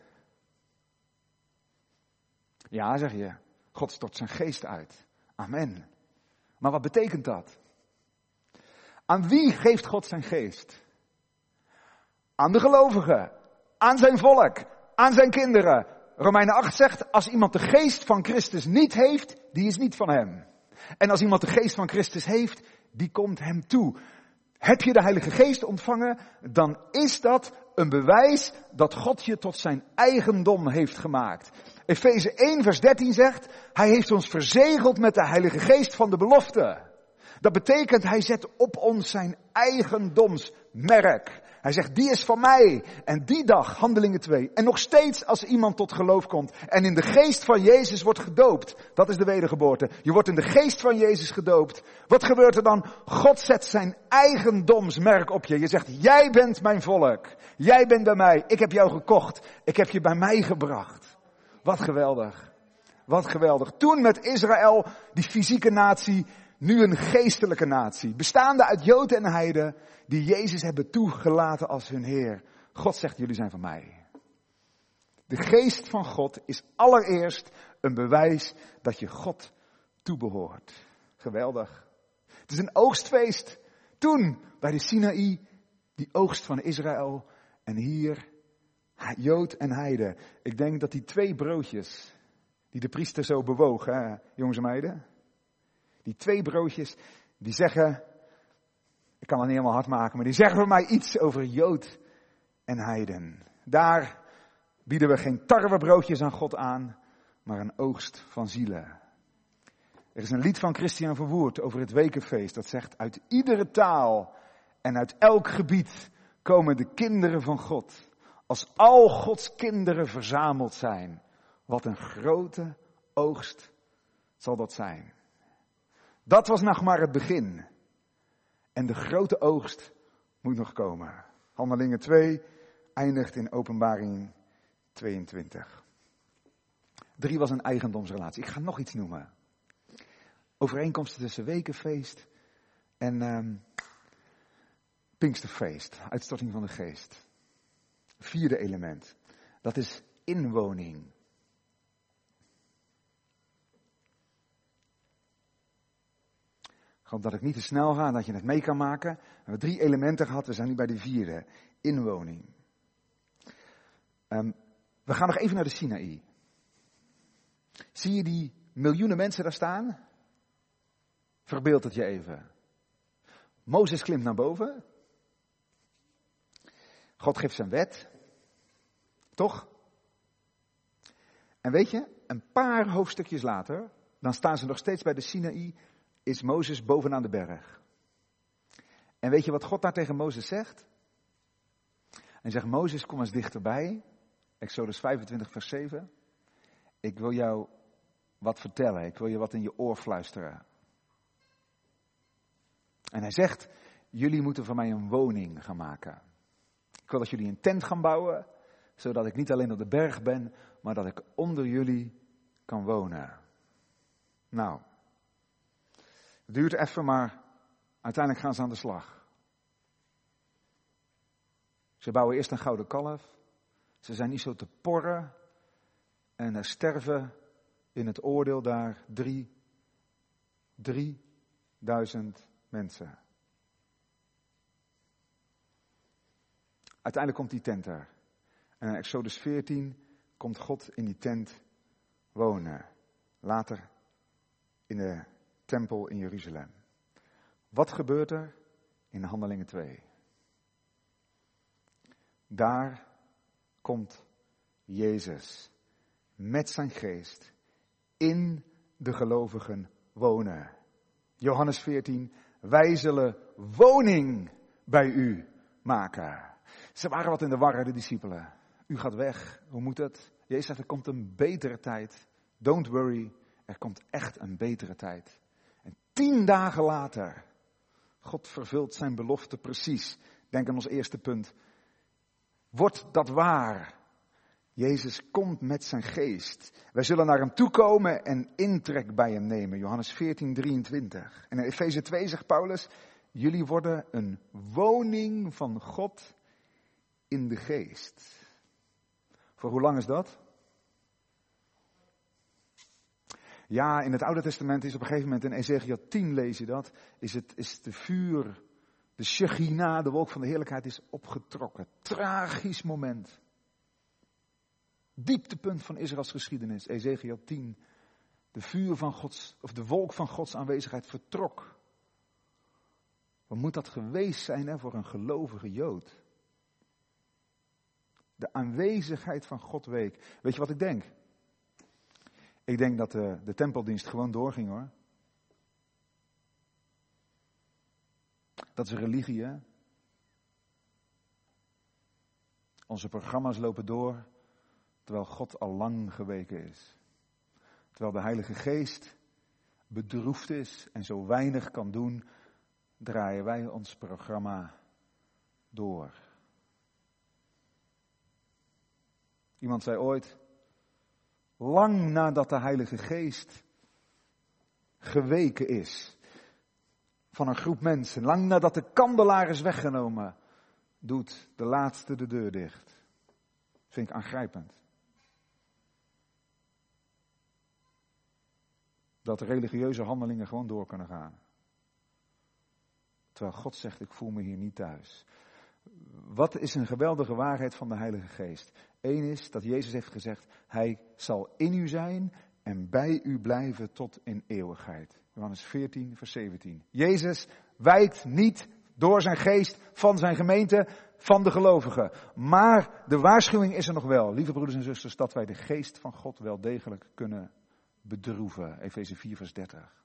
Ja, zeg je. God stort zijn geest uit. Amen. Maar wat betekent dat? Aan wie geeft God zijn geest? Aan de gelovigen. Aan zijn volk. Aan zijn kinderen. Romeinen 8 zegt, als iemand de geest van Christus niet heeft, die is niet van hem. En als iemand de geest van Christus heeft, die komt hem toe. Heb je de Heilige Geest ontvangen, dan is dat een bewijs dat God je tot zijn eigendom heeft gemaakt. Efeze 1 vers 13 zegt, hij heeft ons verzegeld met de Heilige Geest van de belofte. Dat betekent, hij zet op ons zijn eigendomsmerk. Hij zegt, die is van mij. En die dag, Handelingen 2. En nog steeds als iemand tot geloof komt en in de geest van Jezus wordt gedoopt. Dat is de wedergeboorte. Je wordt in de geest van Jezus gedoopt. Wat gebeurt er dan? God zet zijn eigendomsmerk op je. Je zegt, jij bent mijn volk. Jij bent bij mij. Ik heb jou gekocht. Ik heb je bij mij gebracht. Wat geweldig. Wat geweldig. Toen met Israël, die fysieke natie, nu een geestelijke natie. Bestaande uit Joden en Heiden, die Jezus hebben toegelaten als hun Heer. God zegt, jullie zijn van mij. De geest van God is allereerst een bewijs dat je God toebehoort. Geweldig. Het is een oogstfeest. Toen, bij de Sinaï, Die oogst van Israël en hier Jood en heide. Ik denk dat die 2 broodjes die de priester zo bewogen, hè, jongens en meiden. Die 2 broodjes die zeggen, ik kan het niet helemaal hard maken, maar die zeggen voor mij iets over Jood en heiden. Daar bieden we geen tarwebroodjes aan God aan, maar een oogst van zielen. Er is een lied van Christian Verwoerd over het wekenfeest. Dat zegt, uit iedere taal en uit elk gebied komen de kinderen van God. Als al Gods kinderen verzameld zijn. Wat een grote oogst zal dat zijn. Dat was nog maar het begin. En de grote oogst moet nog komen. Handelingen 2 eindigt in Openbaring 22. 3 was een eigendomsrelatie. Ik ga nog iets noemen. Overeenkomsten tussen wekenfeest en Pinksterfeest. Uitstorting van de geest. 4e element. Dat is inwoning. Ik hoop dat ik niet te snel ga en dat je het mee kan maken. We hebben 3 elementen gehad, we zijn nu bij de 4e. Inwoning. We gaan nog even naar de Sinaï. Zie je die miljoenen mensen daar staan? Verbeeld het je even. Mozes klimt naar boven. God geeft zijn wet. Toch? En weet je, een paar hoofdstukjes later, dan staan ze nog steeds bij de Sinaï, is Mozes bovenaan de berg. En weet je wat God daar tegen Mozes zegt? Hij zegt, Mozes, kom eens dichterbij. Exodus 25 vers 7. Ik wil jou wat vertellen. Ik wil je wat in je oor fluisteren. En hij zegt, jullie moeten van mij een woning gaan maken. Ik wil dat jullie een tent gaan bouwen, zodat ik niet alleen op de berg ben, maar dat ik onder jullie kan wonen. Nou, het duurt even, maar uiteindelijk gaan ze aan de slag. Ze bouwen eerst een gouden kalf. Ze zijn niet zo te porren. En er sterven in het oordeel daar 3000 mensen. Uiteindelijk komt die tent er. En in Exodus 14 komt God in die tent wonen. Later in de tempel in Jeruzalem. Wat gebeurt er in Handelingen 2? Daar komt Jezus met zijn geest in de gelovigen wonen. Johannes 14, wij zullen woning bij u maken. Ze waren wat in de war, de discipelen. U gaat weg, hoe moet het? Jezus zegt, er komt een betere tijd. Don't worry, er komt echt een betere tijd. En 10 dagen later, God vervult zijn belofte precies. Denk aan ons eerste punt. Wordt dat waar? Jezus komt met zijn geest. Wij zullen naar hem toekomen en intrek bij hem nemen. Johannes 14, 23. En in Efeze 2 zegt Paulus, jullie worden een woning van God in de geest. Voor hoe lang is dat? Ja, in het Oude Testament is op een gegeven moment in Ezechiel 10 lees je dat. Is de vuur, de Shechina, de wolk van de heerlijkheid is opgetrokken. Tragisch moment. Dieptepunt van Israëls geschiedenis, Ezechiel 10. De vuur van Gods, of de wolk van Gods aanwezigheid vertrok. Wat moet dat geweest zijn hè, voor een gelovige Jood? De aanwezigheid van God week. Weet je wat ik denk? Ik denk dat de tempeldienst gewoon doorging hoor. Dat is religie hè. Onze programma's lopen door. Terwijl God al lang geweken is. Terwijl de Heilige Geest bedroefd is en zo weinig kan doen, draaien wij ons programma door. Iemand zei ooit, lang nadat de Heilige Geest geweken is van een groep mensen, lang nadat de kandelaar is weggenomen, doet de laatste de deur dicht. Vind ik aangrijpend. Dat religieuze handelingen gewoon door kunnen gaan. Terwijl God zegt, ik voel me hier niet thuis. Wat is een geweldige waarheid van de Heilige Geest? Eén is dat Jezus heeft gezegd, hij zal in u zijn en bij u blijven tot in eeuwigheid. Johannes 14, vers 17. Jezus wijkt niet door zijn geest van zijn gemeente, van de gelovigen. Maar de waarschuwing is er nog wel, lieve broeders en zusters, dat wij de geest van God wel degelijk kunnen bedroeven. Efeze 4, vers 30.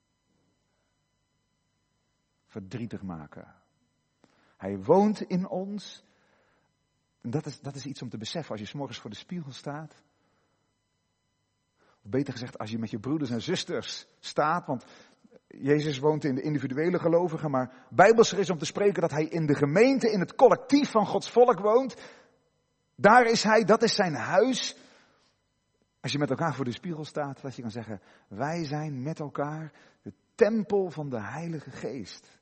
Verdrietig maken. Hij woont in ons. En dat is iets om te beseffen als je 's morgens voor de spiegel staat. Of beter gezegd, als je met je broeders en zusters staat. Want Jezus woont in de individuele gelovigen. Maar bijbelser is om te spreken dat hij in de gemeente, in het collectief van Gods volk woont. Daar is hij, dat is zijn huis. Als je met elkaar voor de spiegel staat, dat je kan zeggen, wij zijn met elkaar de tempel van de Heilige Geest.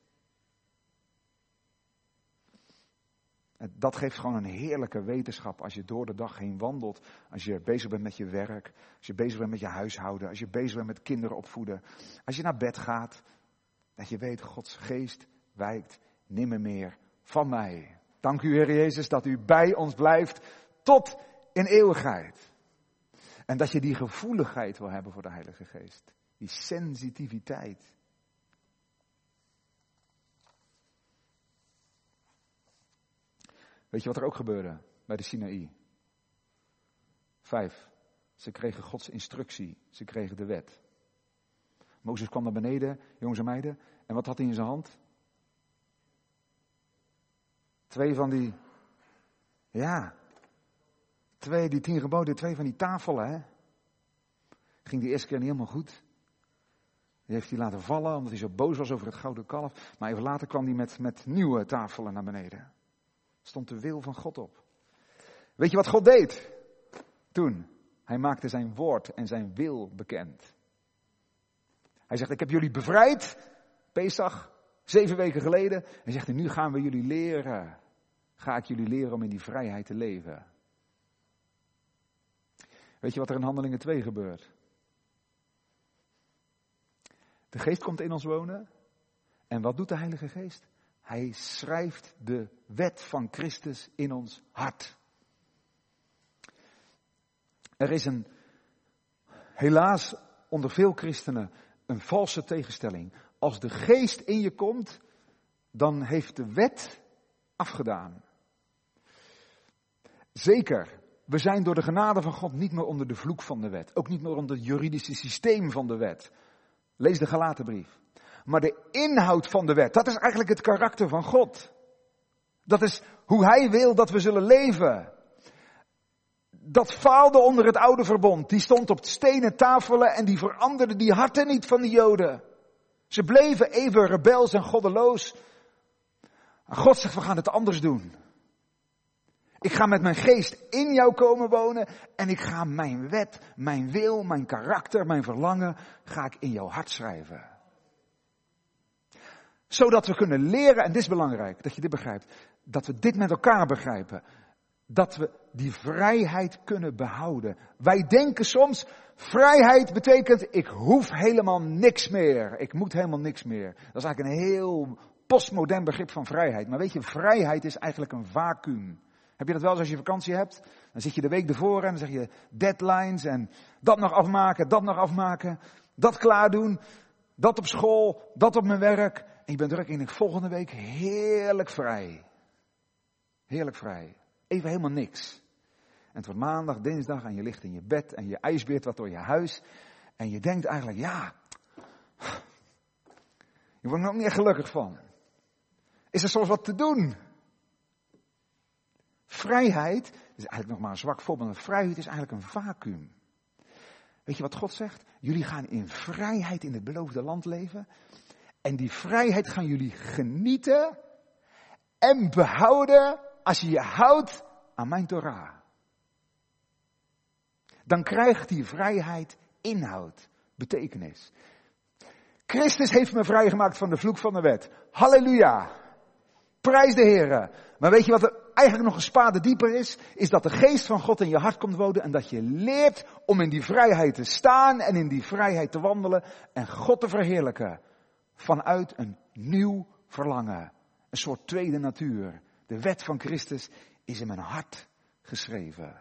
Dat geeft gewoon een heerlijke wetenschap als je door de dag heen wandelt. Als je bezig bent met je werk, als je bezig bent met je huishouden, als je bezig bent met kinderen opvoeden. Als je naar bed gaat, dat je weet, Gods geest wijkt nimmer meer van mij. Dank u, Heer Jezus, dat u bij ons blijft tot in eeuwigheid. En dat je die gevoeligheid wil hebben voor de Heilige Geest. Die sensitiviteit. Weet je wat er ook gebeurde bij de Sinaï? 5. Ze kregen Gods instructie. Ze kregen de wet. Mozes kwam naar beneden, jongens en meiden. En wat had hij in zijn hand? 2 van die... Ja. die 10 geboden, 2 van die tafelen, hè. Ging die eerste keer niet helemaal goed. Die heeft hij laten vallen, omdat hij zo boos was over het gouden kalf. Maar even later kwam hij met nieuwe tafelen naar beneden. Stond de wil van God op. Weet je wat God deed? Toen. Hij maakte zijn woord en zijn wil bekend. Hij zegt, ik heb jullie bevrijd. Pesach, 7 weken geleden. Hij zegt, en nu gaan we jullie leren. Ga ik jullie leren om in die vrijheid te leven. Weet je wat er in Handelingen 2 gebeurt? De geest komt in ons wonen. En wat doet de Heilige Geest? Hij schrijft de wet van Christus in ons hart. Er is helaas onder veel christenen een valse tegenstelling. Als de geest in je komt, dan heeft de wet afgedaan. Zeker, we zijn door de genade van God niet meer onder de vloek van de wet. Ook niet meer onder het juridische systeem van de wet. Lees de Galatenbrief. Maar de inhoud van de wet, dat is eigenlijk het karakter van God. Dat is hoe hij wil dat we zullen leven. Dat faalde onder het oude verbond. Die stond op stenen tafelen en die veranderde die harten niet van de Joden. Ze bleven even rebels en goddeloos. En God zegt, we gaan het anders doen. Ik ga met mijn geest in jou komen wonen en ik ga mijn wet, mijn wil, mijn karakter, mijn verlangen, ga ik in jouw hart schrijven. Zodat we kunnen leren, en dit is belangrijk, dat je dit begrijpt, dat we dit met elkaar begrijpen. Dat we die vrijheid kunnen behouden. Wij denken soms, vrijheid betekent, ik hoef helemaal niks meer. Ik moet helemaal niks meer. Dat is eigenlijk een heel postmodern begrip van vrijheid. Maar weet je, vrijheid is eigenlijk een vacuüm. Heb je dat wel eens als je vakantie hebt? Dan zit je de week ervoor en dan zeg je deadlines en dat nog afmaken, dat klaar doen, dat op school, dat op mijn werk. En je bent druk en je denkt, volgende week heerlijk vrij. Heerlijk vrij. Even helemaal niks. En het wordt maandag, dinsdag en je ligt in je bed en je ijsbeert wat door je huis. En je denkt eigenlijk, ja, je wordt er ook niet echt gelukkig van. Is er soms wat te doen? Vrijheid, dat is eigenlijk nog maar een zwak voorbeeld. Vrijheid is eigenlijk een vacuüm. Weet je wat God zegt? Jullie gaan in vrijheid in het beloofde land leven. En die vrijheid gaan jullie genieten en behouden als je je houdt aan mijn Torah. Dan krijgt die vrijheid inhoud, betekenis. Christus heeft me vrijgemaakt van de vloek van de wet. Halleluja. Prijs de Heere. Maar weet je wat er eigenlijk nog een spade dieper is? Is dat de geest van God in je hart komt wonen en dat je leert om in die vrijheid te staan en in die vrijheid te wandelen en God te verheerlijken. Vanuit een nieuw verlangen. Een soort tweede natuur. De wet van Christus is in mijn hart geschreven.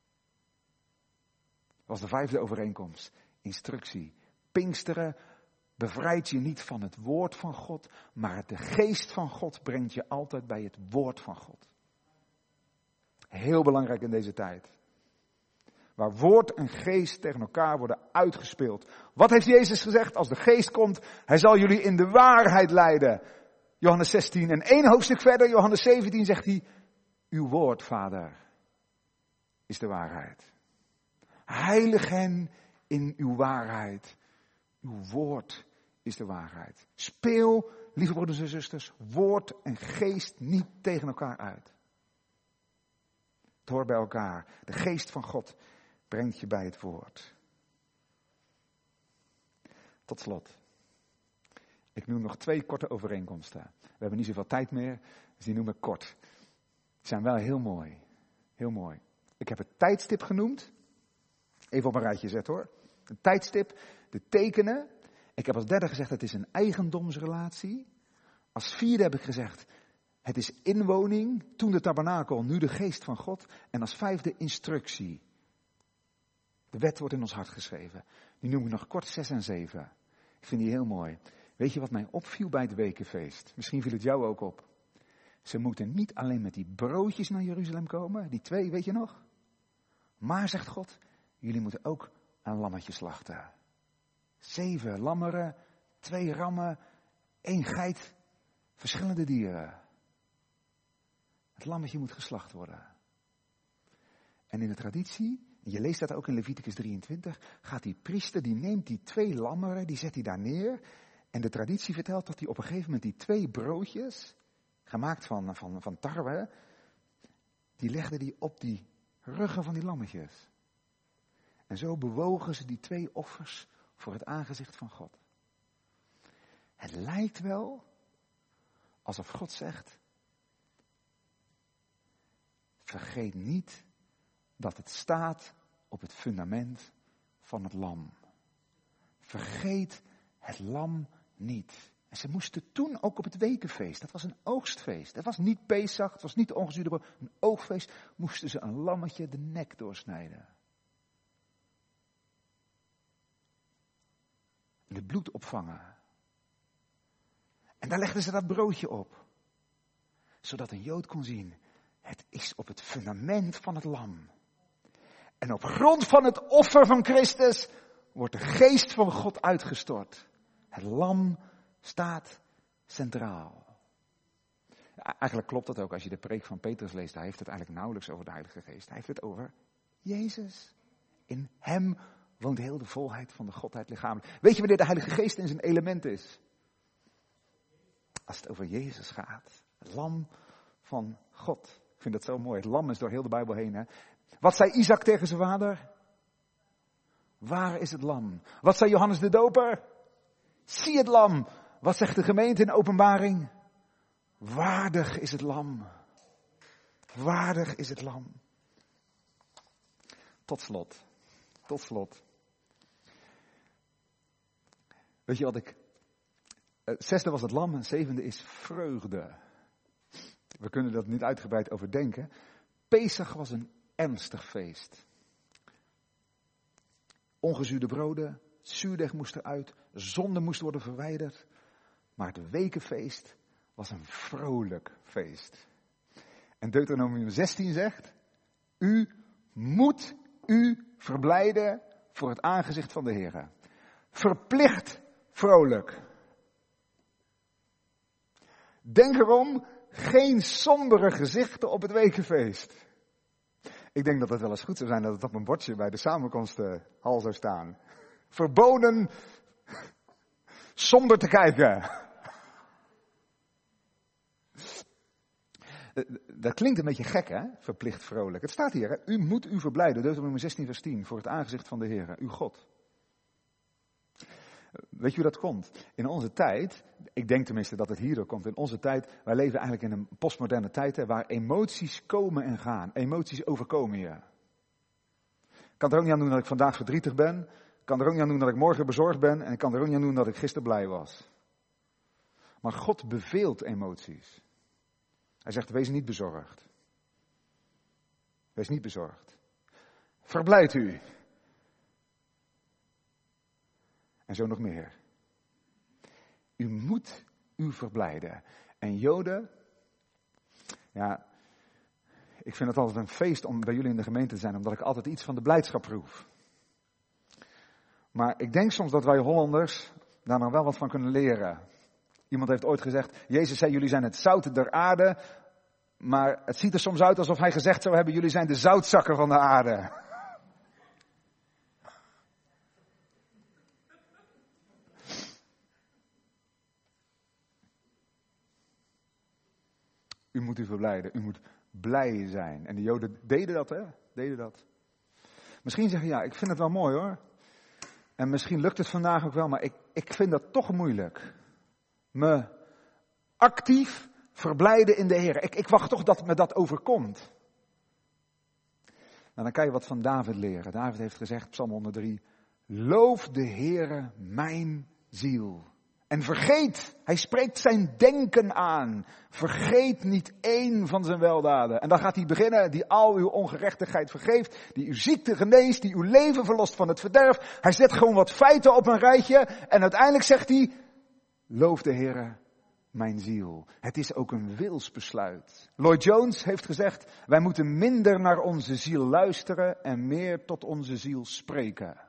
Dat was de 5e overeenkomst. Instructie. Pinksteren bevrijdt je niet van het woord van God, maar de geest van God brengt je altijd bij het woord van God. Heel belangrijk in deze tijd. Waar woord en geest tegen elkaar worden uitgespeeld. Wat heeft Jezus gezegd? Als de geest komt, hij zal jullie in de waarheid leiden. Johannes 16 en 1 hoofdstuk verder, Johannes 17 zegt hij, uw woord, Vader, is de waarheid. Heilig hen in uw waarheid. Uw woord is de waarheid. Speel, lieve broeders en zusters, woord en geest niet tegen elkaar uit. Het hoort bij elkaar. De geest van God brengt je bij het woord. Tot slot. Ik noem nog 2 korte overeenkomsten. We hebben niet zoveel tijd meer, dus die noem ik kort. Die zijn wel heel mooi. Heel mooi. Ik heb het tijdstip genoemd. Even op een rijtje zetten hoor. Een tijdstip, de tekenen. Ik heb als derde gezegd, het is een eigendomsrelatie. Als vierde heb ik gezegd, het is inwoning. Toen de tabernakel, nu de geest van God. En als 5e instructie. De wet wordt in ons hart geschreven. Die noem ik nog kort 6 en 7. Ik vind die heel mooi. Weet je wat mij opviel bij het wekenfeest? Misschien viel het jou ook op. Ze moeten niet alleen met die broodjes naar Jeruzalem komen. Die 2, weet je nog? Maar, zegt God, jullie moeten ook een lammetje slachten. 7 lammeren, 2 rammen, 1 geit, verschillende dieren. Het lammetje moet geslacht worden. En in de traditie, en je leest dat ook in Leviticus 23, gaat die priester, die neemt die 2 lammeren, die zet hij daar neer. En de traditie vertelt dat hij op een gegeven moment die 2 broodjes, gemaakt van tarwe, die legde hij op die ruggen van die lammetjes. En zo bewogen ze die 2 offers voor het aangezicht van God. Het lijkt wel alsof God zegt, vergeet niet dat het staat op het fundament van het lam. Vergeet het lam niet. En ze moesten toen ook op het wekenfeest, dat was een oogstfeest. Dat was niet Pesach, het was niet de ongezuurde brood, een oogstfeest, moesten ze een lammetje de nek doorsnijden. En het bloed opvangen. En daar legden ze dat broodje op. Zodat een Jood kon zien, het is op het fundament van het lam. En op grond van het offer van Christus wordt de geest van God uitgestort. Het lam staat centraal. Ja, eigenlijk klopt dat ook als je de preek van Petrus leest. Hij heeft het eigenlijk nauwelijks over de Heilige Geest. Hij heeft het over Jezus. In hem woont heel de volheid van de Godheid lichamelijk. Weet je wanneer de Heilige Geest in zijn element is? Als het over Jezus gaat. Het lam van God. Ik vind dat zo mooi. Het lam is door heel de Bijbel heen. Hè? Wat zei Isaac tegen zijn vader? Waar is het lam? Wat zei Johannes de Doper? Zie het lam. Wat zegt de gemeente in Openbaring? Waardig is het lam. Waardig is het lam. Tot slot. Tot slot. Weet je wat ik... Het 6e was het lam en het 7e is vreugde. We kunnen dat niet uitgebreid overdenken. Pesach was een ernstig feest. Ongezuurde broden, zuurdeeg moest eruit, zonde moest worden verwijderd. Maar het wekenfeest was een vrolijk feest. En Deuteronomium 16 zegt, u moet u verblijden voor het aangezicht van de Heer. Verplicht vrolijk. Denk erom, geen sombere gezichten op het wekenfeest. Ik denk dat het wel eens goed zou zijn dat het op een bordje bij de samenkomstenhal zou staan. Verboden somber te kijken. Dat klinkt een beetje gek, hè? Verplicht vrolijk. Het staat hier, hè? U moet u verblijden. Deuteronomium 16 vers 10. Voor het aangezicht van de Heer, uw God. Weet je hoe dat komt? In onze tijd, ik denk tenminste dat het hierdoor komt. In onze tijd, wij leven eigenlijk in een postmoderne tijd, hè, waar emoties komen en gaan. Emoties overkomen je. Ik kan er ook niet aan doen dat ik vandaag verdrietig ben. Ik kan er ook niet aan doen dat ik morgen bezorgd ben. En ik kan er ook niet aan doen dat ik gisteren blij was. Maar God beveelt emoties. Hij zegt, wees niet bezorgd. Wees niet bezorgd. Verblijd u. En zo nog meer. U moet u verblijden. En Joden, ja, ik vind het altijd een feest om bij jullie in de gemeente te zijn, omdat ik altijd iets van de blijdschap proef. Maar ik denk soms dat wij Hollanders daar nog wel wat van kunnen leren. Iemand heeft ooit gezegd, Jezus zei, jullie zijn het zout der aarde, maar het ziet er soms uit alsof hij gezegd zou hebben, jullie zijn de zoutzakken van de aarde. U moet u verblijden, u moet blij zijn. En de Joden deden dat, hè? Deden dat. Misschien zeggen, ja, ik vind het wel mooi hoor. En misschien lukt het vandaag ook wel, maar ik vind dat toch moeilijk. Me actief verblijden in de Heer. Ik wacht toch dat me dat overkomt. Nou, dan kan je wat van David leren. David heeft gezegd, Psalm 103, loof de Heere mijn ziel. En vergeet, hij spreekt zijn denken aan. Vergeet niet één van zijn weldaden. En dan gaat hij beginnen, die al uw ongerechtigheid vergeeft, die uw ziekte geneest, die uw leven verlost van het verderf. Hij zet gewoon wat feiten op een rijtje en uiteindelijk zegt hij, loof de Heere mijn ziel. Het is ook een wilsbesluit. Lloyd Jones heeft gezegd, wij moeten minder naar onze ziel luisteren en meer tot onze ziel spreken.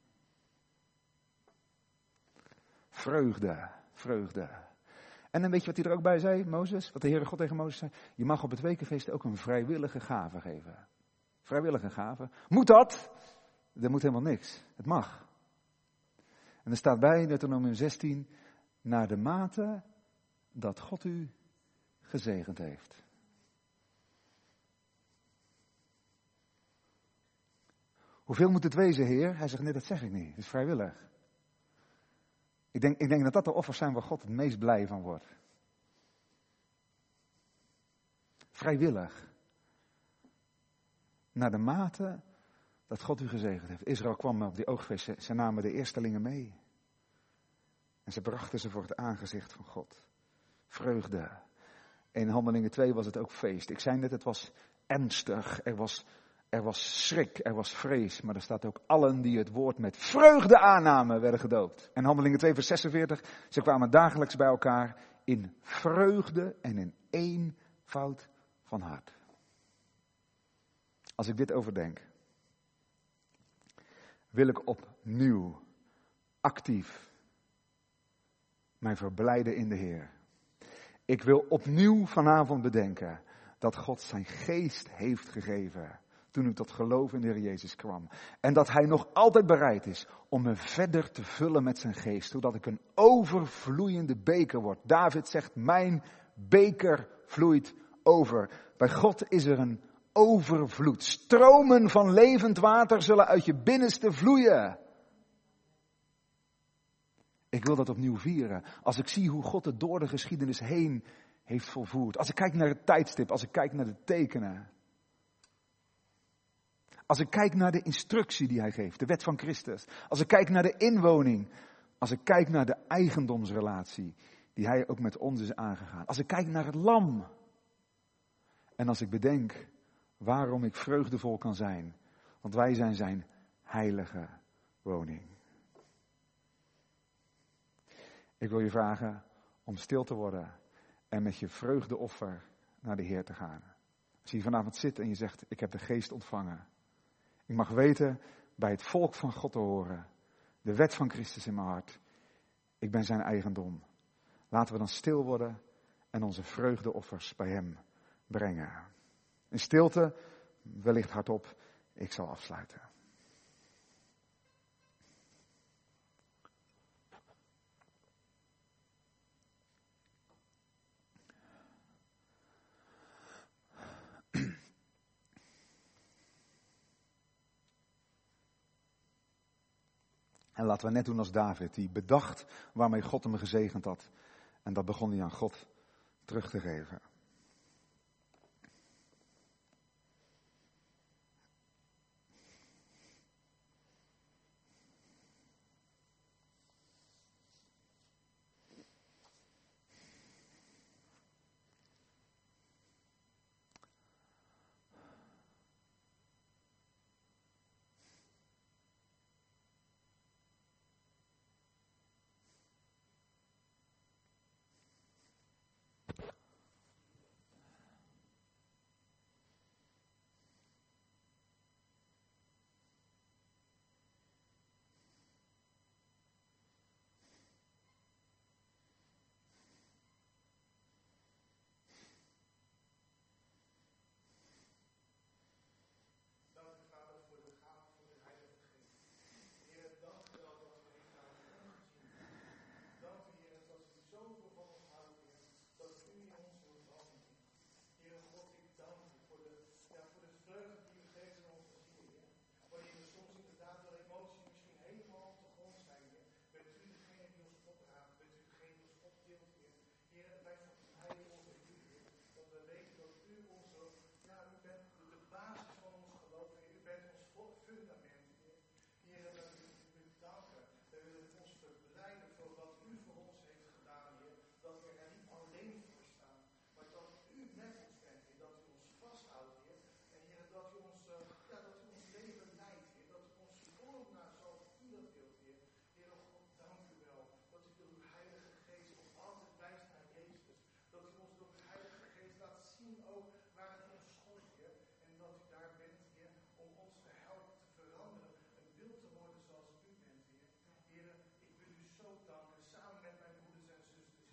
Vreugde, vreugde. En dan weet je wat hij er ook bij zei, Mozes? Wat de Heere God tegen Mozes zei? Je mag op het wekenfeest ook een vrijwillige gave geven. Vrijwillige gave. Moet dat? Er moet helemaal niks. Het mag. En er staat bij, Deuteronomium 16, naar de mate dat God u gezegend heeft. Hoeveel moet het wezen, Heer? Hij zegt, nee, dat zeg ik niet. Het is vrijwillig. Ik denk dat dat de offers zijn waar God het meest blij van wordt. Vrijwillig. Naar de mate dat God u gezegend heeft. Israël kwam op die oogfeest, ze namen de eerstelingen mee. En ze brachten ze voor het aangezicht van God. Vreugde. In Handelingen 2 was het ook feest. Ik zei net, het was ernstig. Er was schrik, er was vrees. Maar er staat ook allen die het woord met vreugde aannamen werden gedoopt. En Handelingen 2 vers 46. Ze kwamen dagelijks bij elkaar in vreugde en in eenvoud van hart. Als ik dit overdenk, wil ik opnieuw actief mij verblijden in de Heer. Ik wil opnieuw vanavond bedenken dat God zijn geest heeft gegeven toen ik tot geloof in de Heer Jezus kwam. En dat hij nog altijd bereid is om me verder te vullen met zijn geest, zodat ik een overvloeiende beker word. David zegt, mijn beker vloeit over. Bij God is er een overvloed. Stromen van levend water zullen uit je binnenste vloeien. Ik wil dat opnieuw vieren. Als ik zie hoe God het door de geschiedenis heen heeft volvoerd. Als ik kijk naar het tijdstip, als ik kijk naar de tekenen. Als ik kijk naar de instructie die hij geeft, de wet van Christus. Als ik kijk naar de inwoning. Als ik kijk naar de eigendomsrelatie die hij ook met ons is aangegaan. Als ik kijk naar het lam. En als ik bedenk waarom ik vreugdevol kan zijn. Want wij zijn zijn heilige woning. Ik wil je vragen om stil te worden en met je vreugdeoffer naar de Heer te gaan. Als je hier vanavond zit en je zegt, ik heb de geest ontvangen. Ik mag weten bij het volk van God te horen. De wet van Christus in mijn hart. Ik ben zijn eigendom. Laten we dan stil worden en onze vreugdeoffers bij hem brengen. In stilte, wellicht hardop, ik zal afsluiten. En laten we net doen als David, die bedacht waarmee God hem gezegend had. En dat begon hij aan God terug te geven.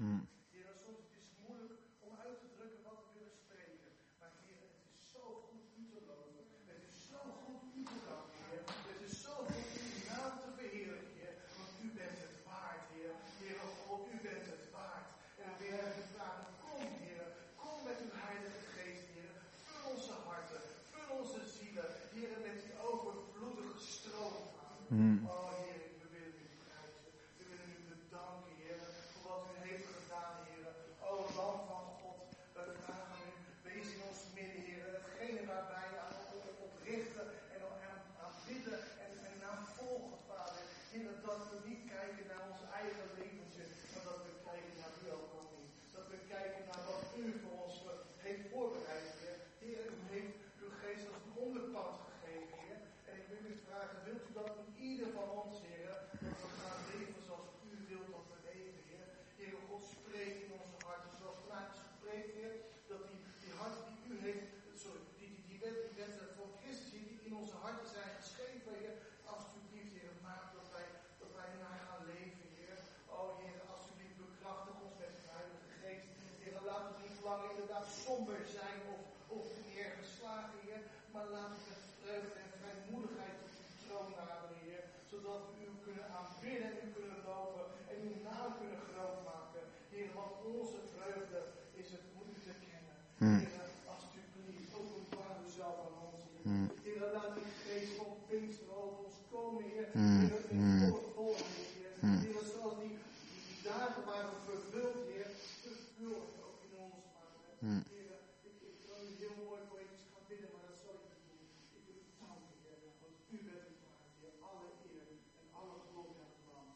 Heer, soms het is moeilijk om uit te drukken wat we willen spreken. Maar Heer, het is zo goed u te loven. Het is zo goed u te danken, Heer. Het is zo goed uw naam te verheerlijken, Heer. Want u bent het waard, Heer. Heer, God, u bent het waard. En dan weer even vragen, kom, Heer. Kom met uw Heilige Geest, Heer. Vul onze harten. Vul onze zielen. Heer, met die overvloedige stroom. Oh, Heer, we willen u prijzen. We willen u bedanken, Heer, voor wat u heeft gedaan, Heer. O, Lam van God, we vragen u, wees in ons midden, Heer. Hetgene waar wij op richten en aan bidden en naar volgen, Vader. Heer, dat we niet kijken naar ons eigen leventje, maar dat we kijken naar u ook nog niet. Dat we kijken naar wat u voor ons heeft voorbereid, Heer. Heer, u heeft uw geest als een onderpand gegeven, Heer. En ik wil u vragen, wilt u dat in ieder van ons, Heer, dat we gaan leven zoals u wilt dat we leven, Heer. Heer, God, spreek in onze harten, zoals vandaag is gepreekt, Heer, dat die harten die u heeft, die wensen van Christus, Heer, die in onze harten zijn geschreven, Heer, alsjeblieft, Heer, maak dat wij naar gaan leven, Heer. O, Heer, alsjeblieft, bekrachtig ons met de Heilige Geest. Heer, laat ons niet lang inderdaad somber zijn of neergeslagen, Heer, maar laat ons met vreugde en vrijmoedigheid tot uw troon naderen, Heer, zodat we u kunnen aanbidden en u kunnen loven en uw naam kunnen groot maken. Heer, want onze vreugde is het om u te kennen. Heer, alsjeblieft, openbaar uzelf aan ons, Heer. Heer, laat die geest van Pinksteren over ons komen, Heer. Heer, in volle Heer. Heer, zoals die dagen waren vervuld, Heer, vervul het ook in ons, Vader. Heer, ik wil u heel mooi poëtisch gaan bidden, maar dat zal ik niet doen. Ik wil u danken, Heer, want u bent het waard, Heer. Alle eer en alle glorie aan het land.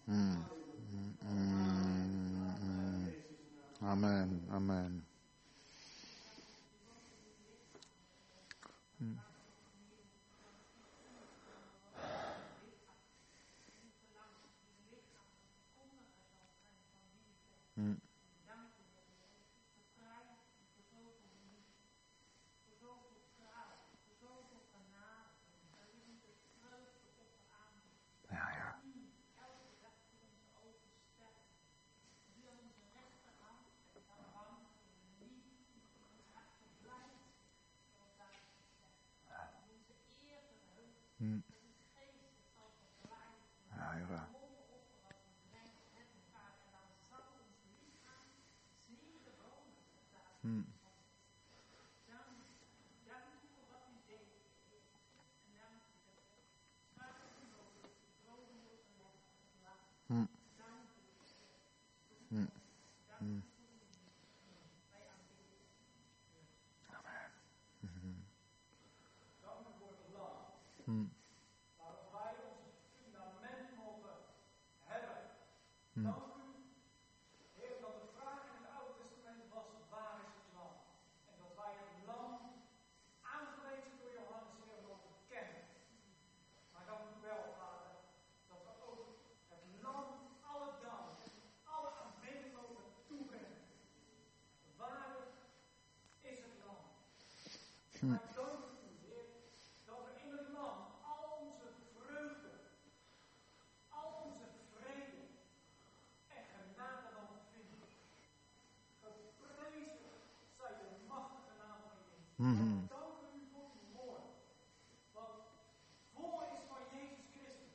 Amen, amen. Ja. Ja, ja. Dank u voor het land. Waarop wij ons fundament mogen hebben. Dank u, Heer, dat de vraag in het Oude Testament was, waar is het land? En dat wij het land, aangewezen door Johannes, Heer, mogen kennen. Maar dank u wel, Vader, dat we ook het land, alle dank, alle aanbidding mogen toebrengen. Waar is het land? Maar dank u, Heer, dat we in het land al onze vreugde, al onze vrede en genade mogen vinden. Geprezen zij de machtige naam van Jezus. Dank u voor uw woord, wat vol is van Jezus Christus.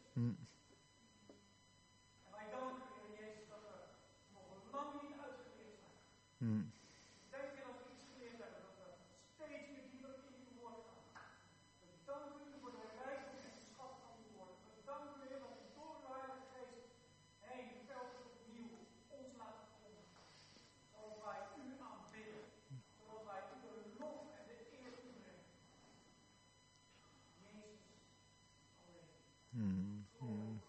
En wij danken u, Heer Jezus, dat we nog lang niet uitgeleerd zijn. Denk je dat we iets geleerd hebben, dat we steeds weer dieper in uw woord gaan. We danken u voor de rijkdom en de schat van uw woord. We danken u, Heer, dat u door uw Heilige Geest heen telkens opnieuw ons laat komen. Zodat wij u aanbidden. Zodat wij u de lof en de eer toebrengen. Jezus alleen.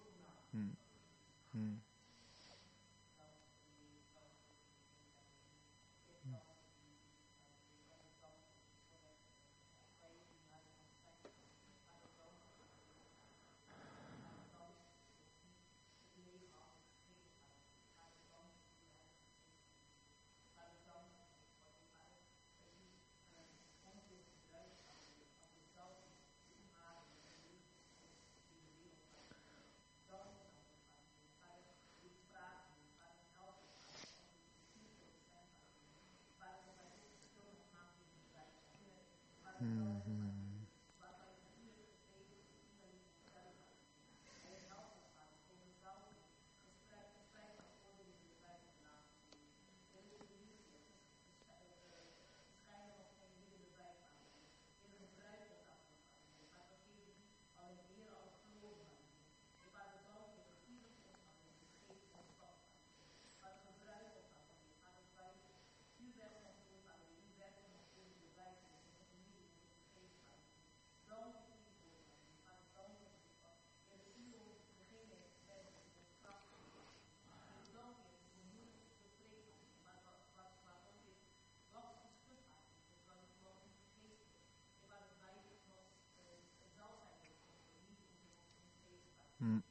Mm.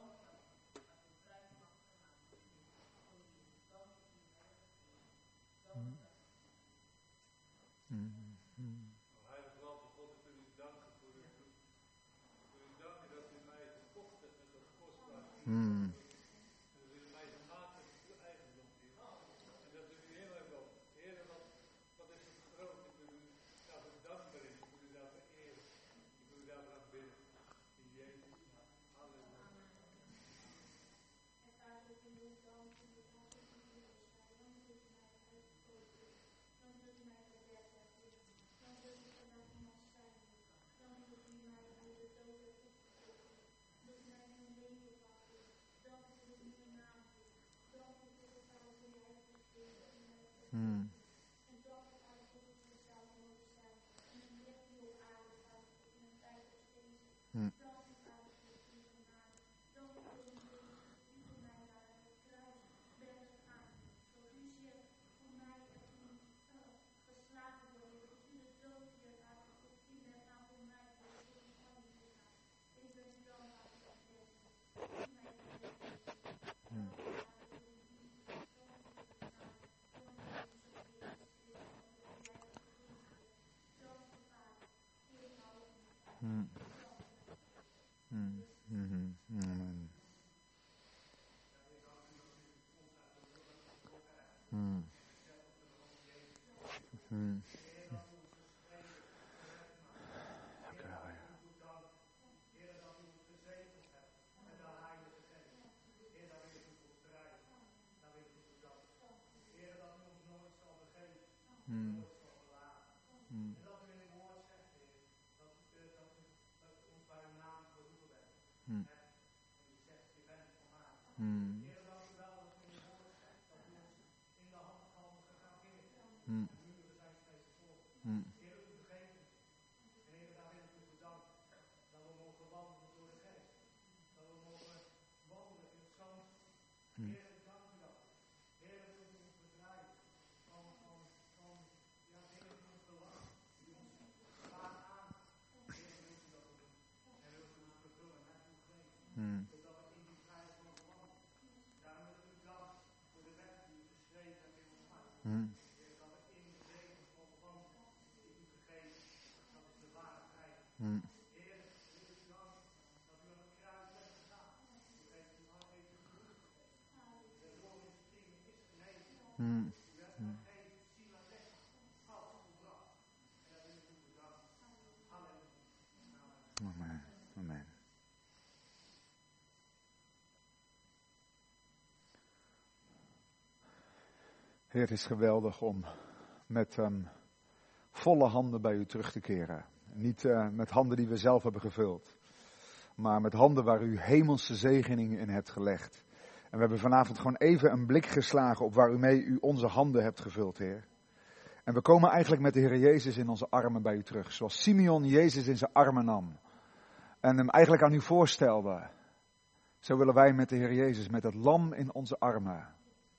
Heilige Land van God, ik wil u danken voor uw bloed. Ik wil u danken dat u mij gekocht hebt met dat kostbaar vuur. Mm. En dat u mij gemaakt hebt tot uw eigendom, Heer. En dat u nu heel erg wel, Heer, wat is het groot. Ik wil u daarvoor dankbaar is. Ik wil u daarvoor eren. Ik wil u daarvoor aanbidden. In Jezus' naam. Halleluja. Mm. Mm. Mm. Mm. Mm. Mm. Mm. Mm. Dank u wel, Heer. Heer, dat u ons gezegend hebt met de Heilige Geest. Heer, daar wil ik u voor prijzen. Daar wil ik u voor danken. Heer, dat u ons nooit zal vergeten. Mm. Nooit zal verlaten. Mm. En dat u in uw woord zegt, Heer, dat u ons bij uw naam geroepen bent. Mm. En u zegt, je bent van mij. Mm. Heer, dank u wel dat u in uw woord zegt, dat u ons in de hand van gegraveerd hebt. Mm. En nu we zijn steeds voor. Mm. Heer, u vergeet het. En Heer, daar wil ik u voor danken. Dat we mogen wandelen door de geest. Dat we mogen wandelen in het zoonschap. Mm. Heer, ik dank u dat. Heer, dat u ons bedrijft van ja, dingen die ons belangen, die ons vaak aan. Heer, wilt u dat doen. En wilt u ons vervullen met uw geest. Mm. Zodat we in die vrijheid mogen wandelen. Daarom wil ik u danken voor de wet die u geschreven hebt in ons hart. Mm. Heer, dat we in de regels mogen wandelen die u gegeven. Dat is de ware vrijheid. Mm. Heer, wil ik u danken dat u aan het kruis bent gegaan. U heeft uw hart heeft uw bloed gegeven. De rode steen is genezen. Mm. U hebt mijn geest, ziel en lichaam alles gebracht. En daar wil ik u voor danken. Halleluja. Amen. Amen. Heer, het is geweldig om met volle handen bij u terug te keren. Niet met handen die we zelf hebben gevuld, maar met handen waar u hemelse zegeningen in hebt gelegd. En we hebben vanavond gewoon even een blik geslagen op waarmee u onze handen hebt gevuld, Heer. En we komen eigenlijk met de Heer Jezus in onze armen bij u terug. Zoals Simeon Jezus in zijn armen nam. En hem eigenlijk aan u voorstelde. Zo willen wij met de Heer Jezus, met het lam in onze armen,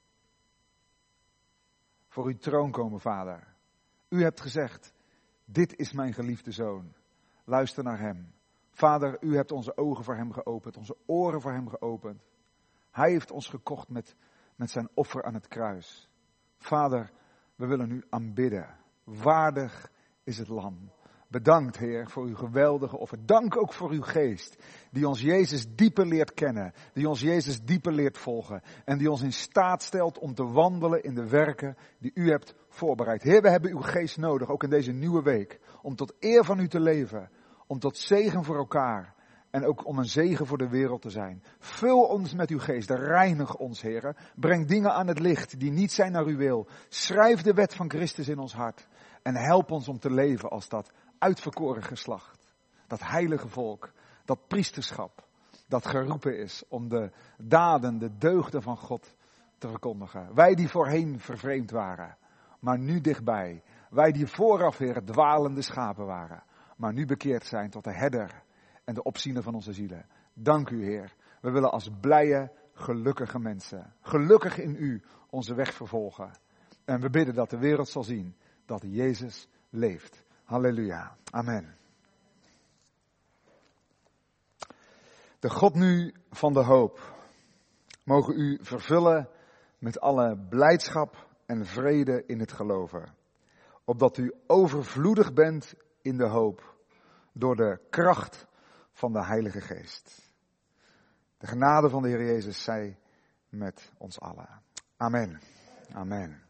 voor uw troon komen, Vader. U hebt gezegd, dit is mijn geliefde zoon. Luister naar hem. Vader, u hebt onze ogen voor hem geopend, onze oren voor hem geopend. Hij heeft ons gekocht met zijn offer aan het kruis. Vader, we willen u aanbidden. Waardig is het lam. Bedankt, Heer, voor uw geweldige offer. Dank ook voor uw geest, die ons Jezus dieper leert kennen. Die ons Jezus dieper leert volgen. En die ons in staat stelt om te wandelen in de werken die u hebt voorbereid. Heer, we hebben uw geest nodig, ook in deze nieuwe week. Om tot eer van u te leven. Om tot zegen voor elkaar. En ook om een zegen voor de wereld te zijn. Vul ons met uw geest. Reinig ons, Heer. Breng dingen aan het licht die niet zijn naar uw wil. Schrijf de wet van Christus in ons hart. En help ons om te leven als dat uitverkoren geslacht. Dat heilige volk. Dat priesterschap. Dat geroepen is om de daden, de deugden van God te verkondigen. Wij die voorheen vervreemd waren. Maar nu dichtbij. Wij die vooraf, Heer, dwalende schapen waren. Maar nu bekeerd zijn tot de herder en de opziener van onze zielen. Dank u, Heer. We willen als blije, gelukkige mensen, gelukkig in u, onze weg vervolgen. En we bidden dat de wereld zal zien dat Jezus leeft. Halleluja. Amen. De God nu van de hoop, mogen u vervullen met alle blijdschap en vrede in het geloven, opdat u overvloedig bent in de hoop, door de kracht van de Heilige Geest. De genade van de Heer Jezus zij met ons allen. Amen. Amen.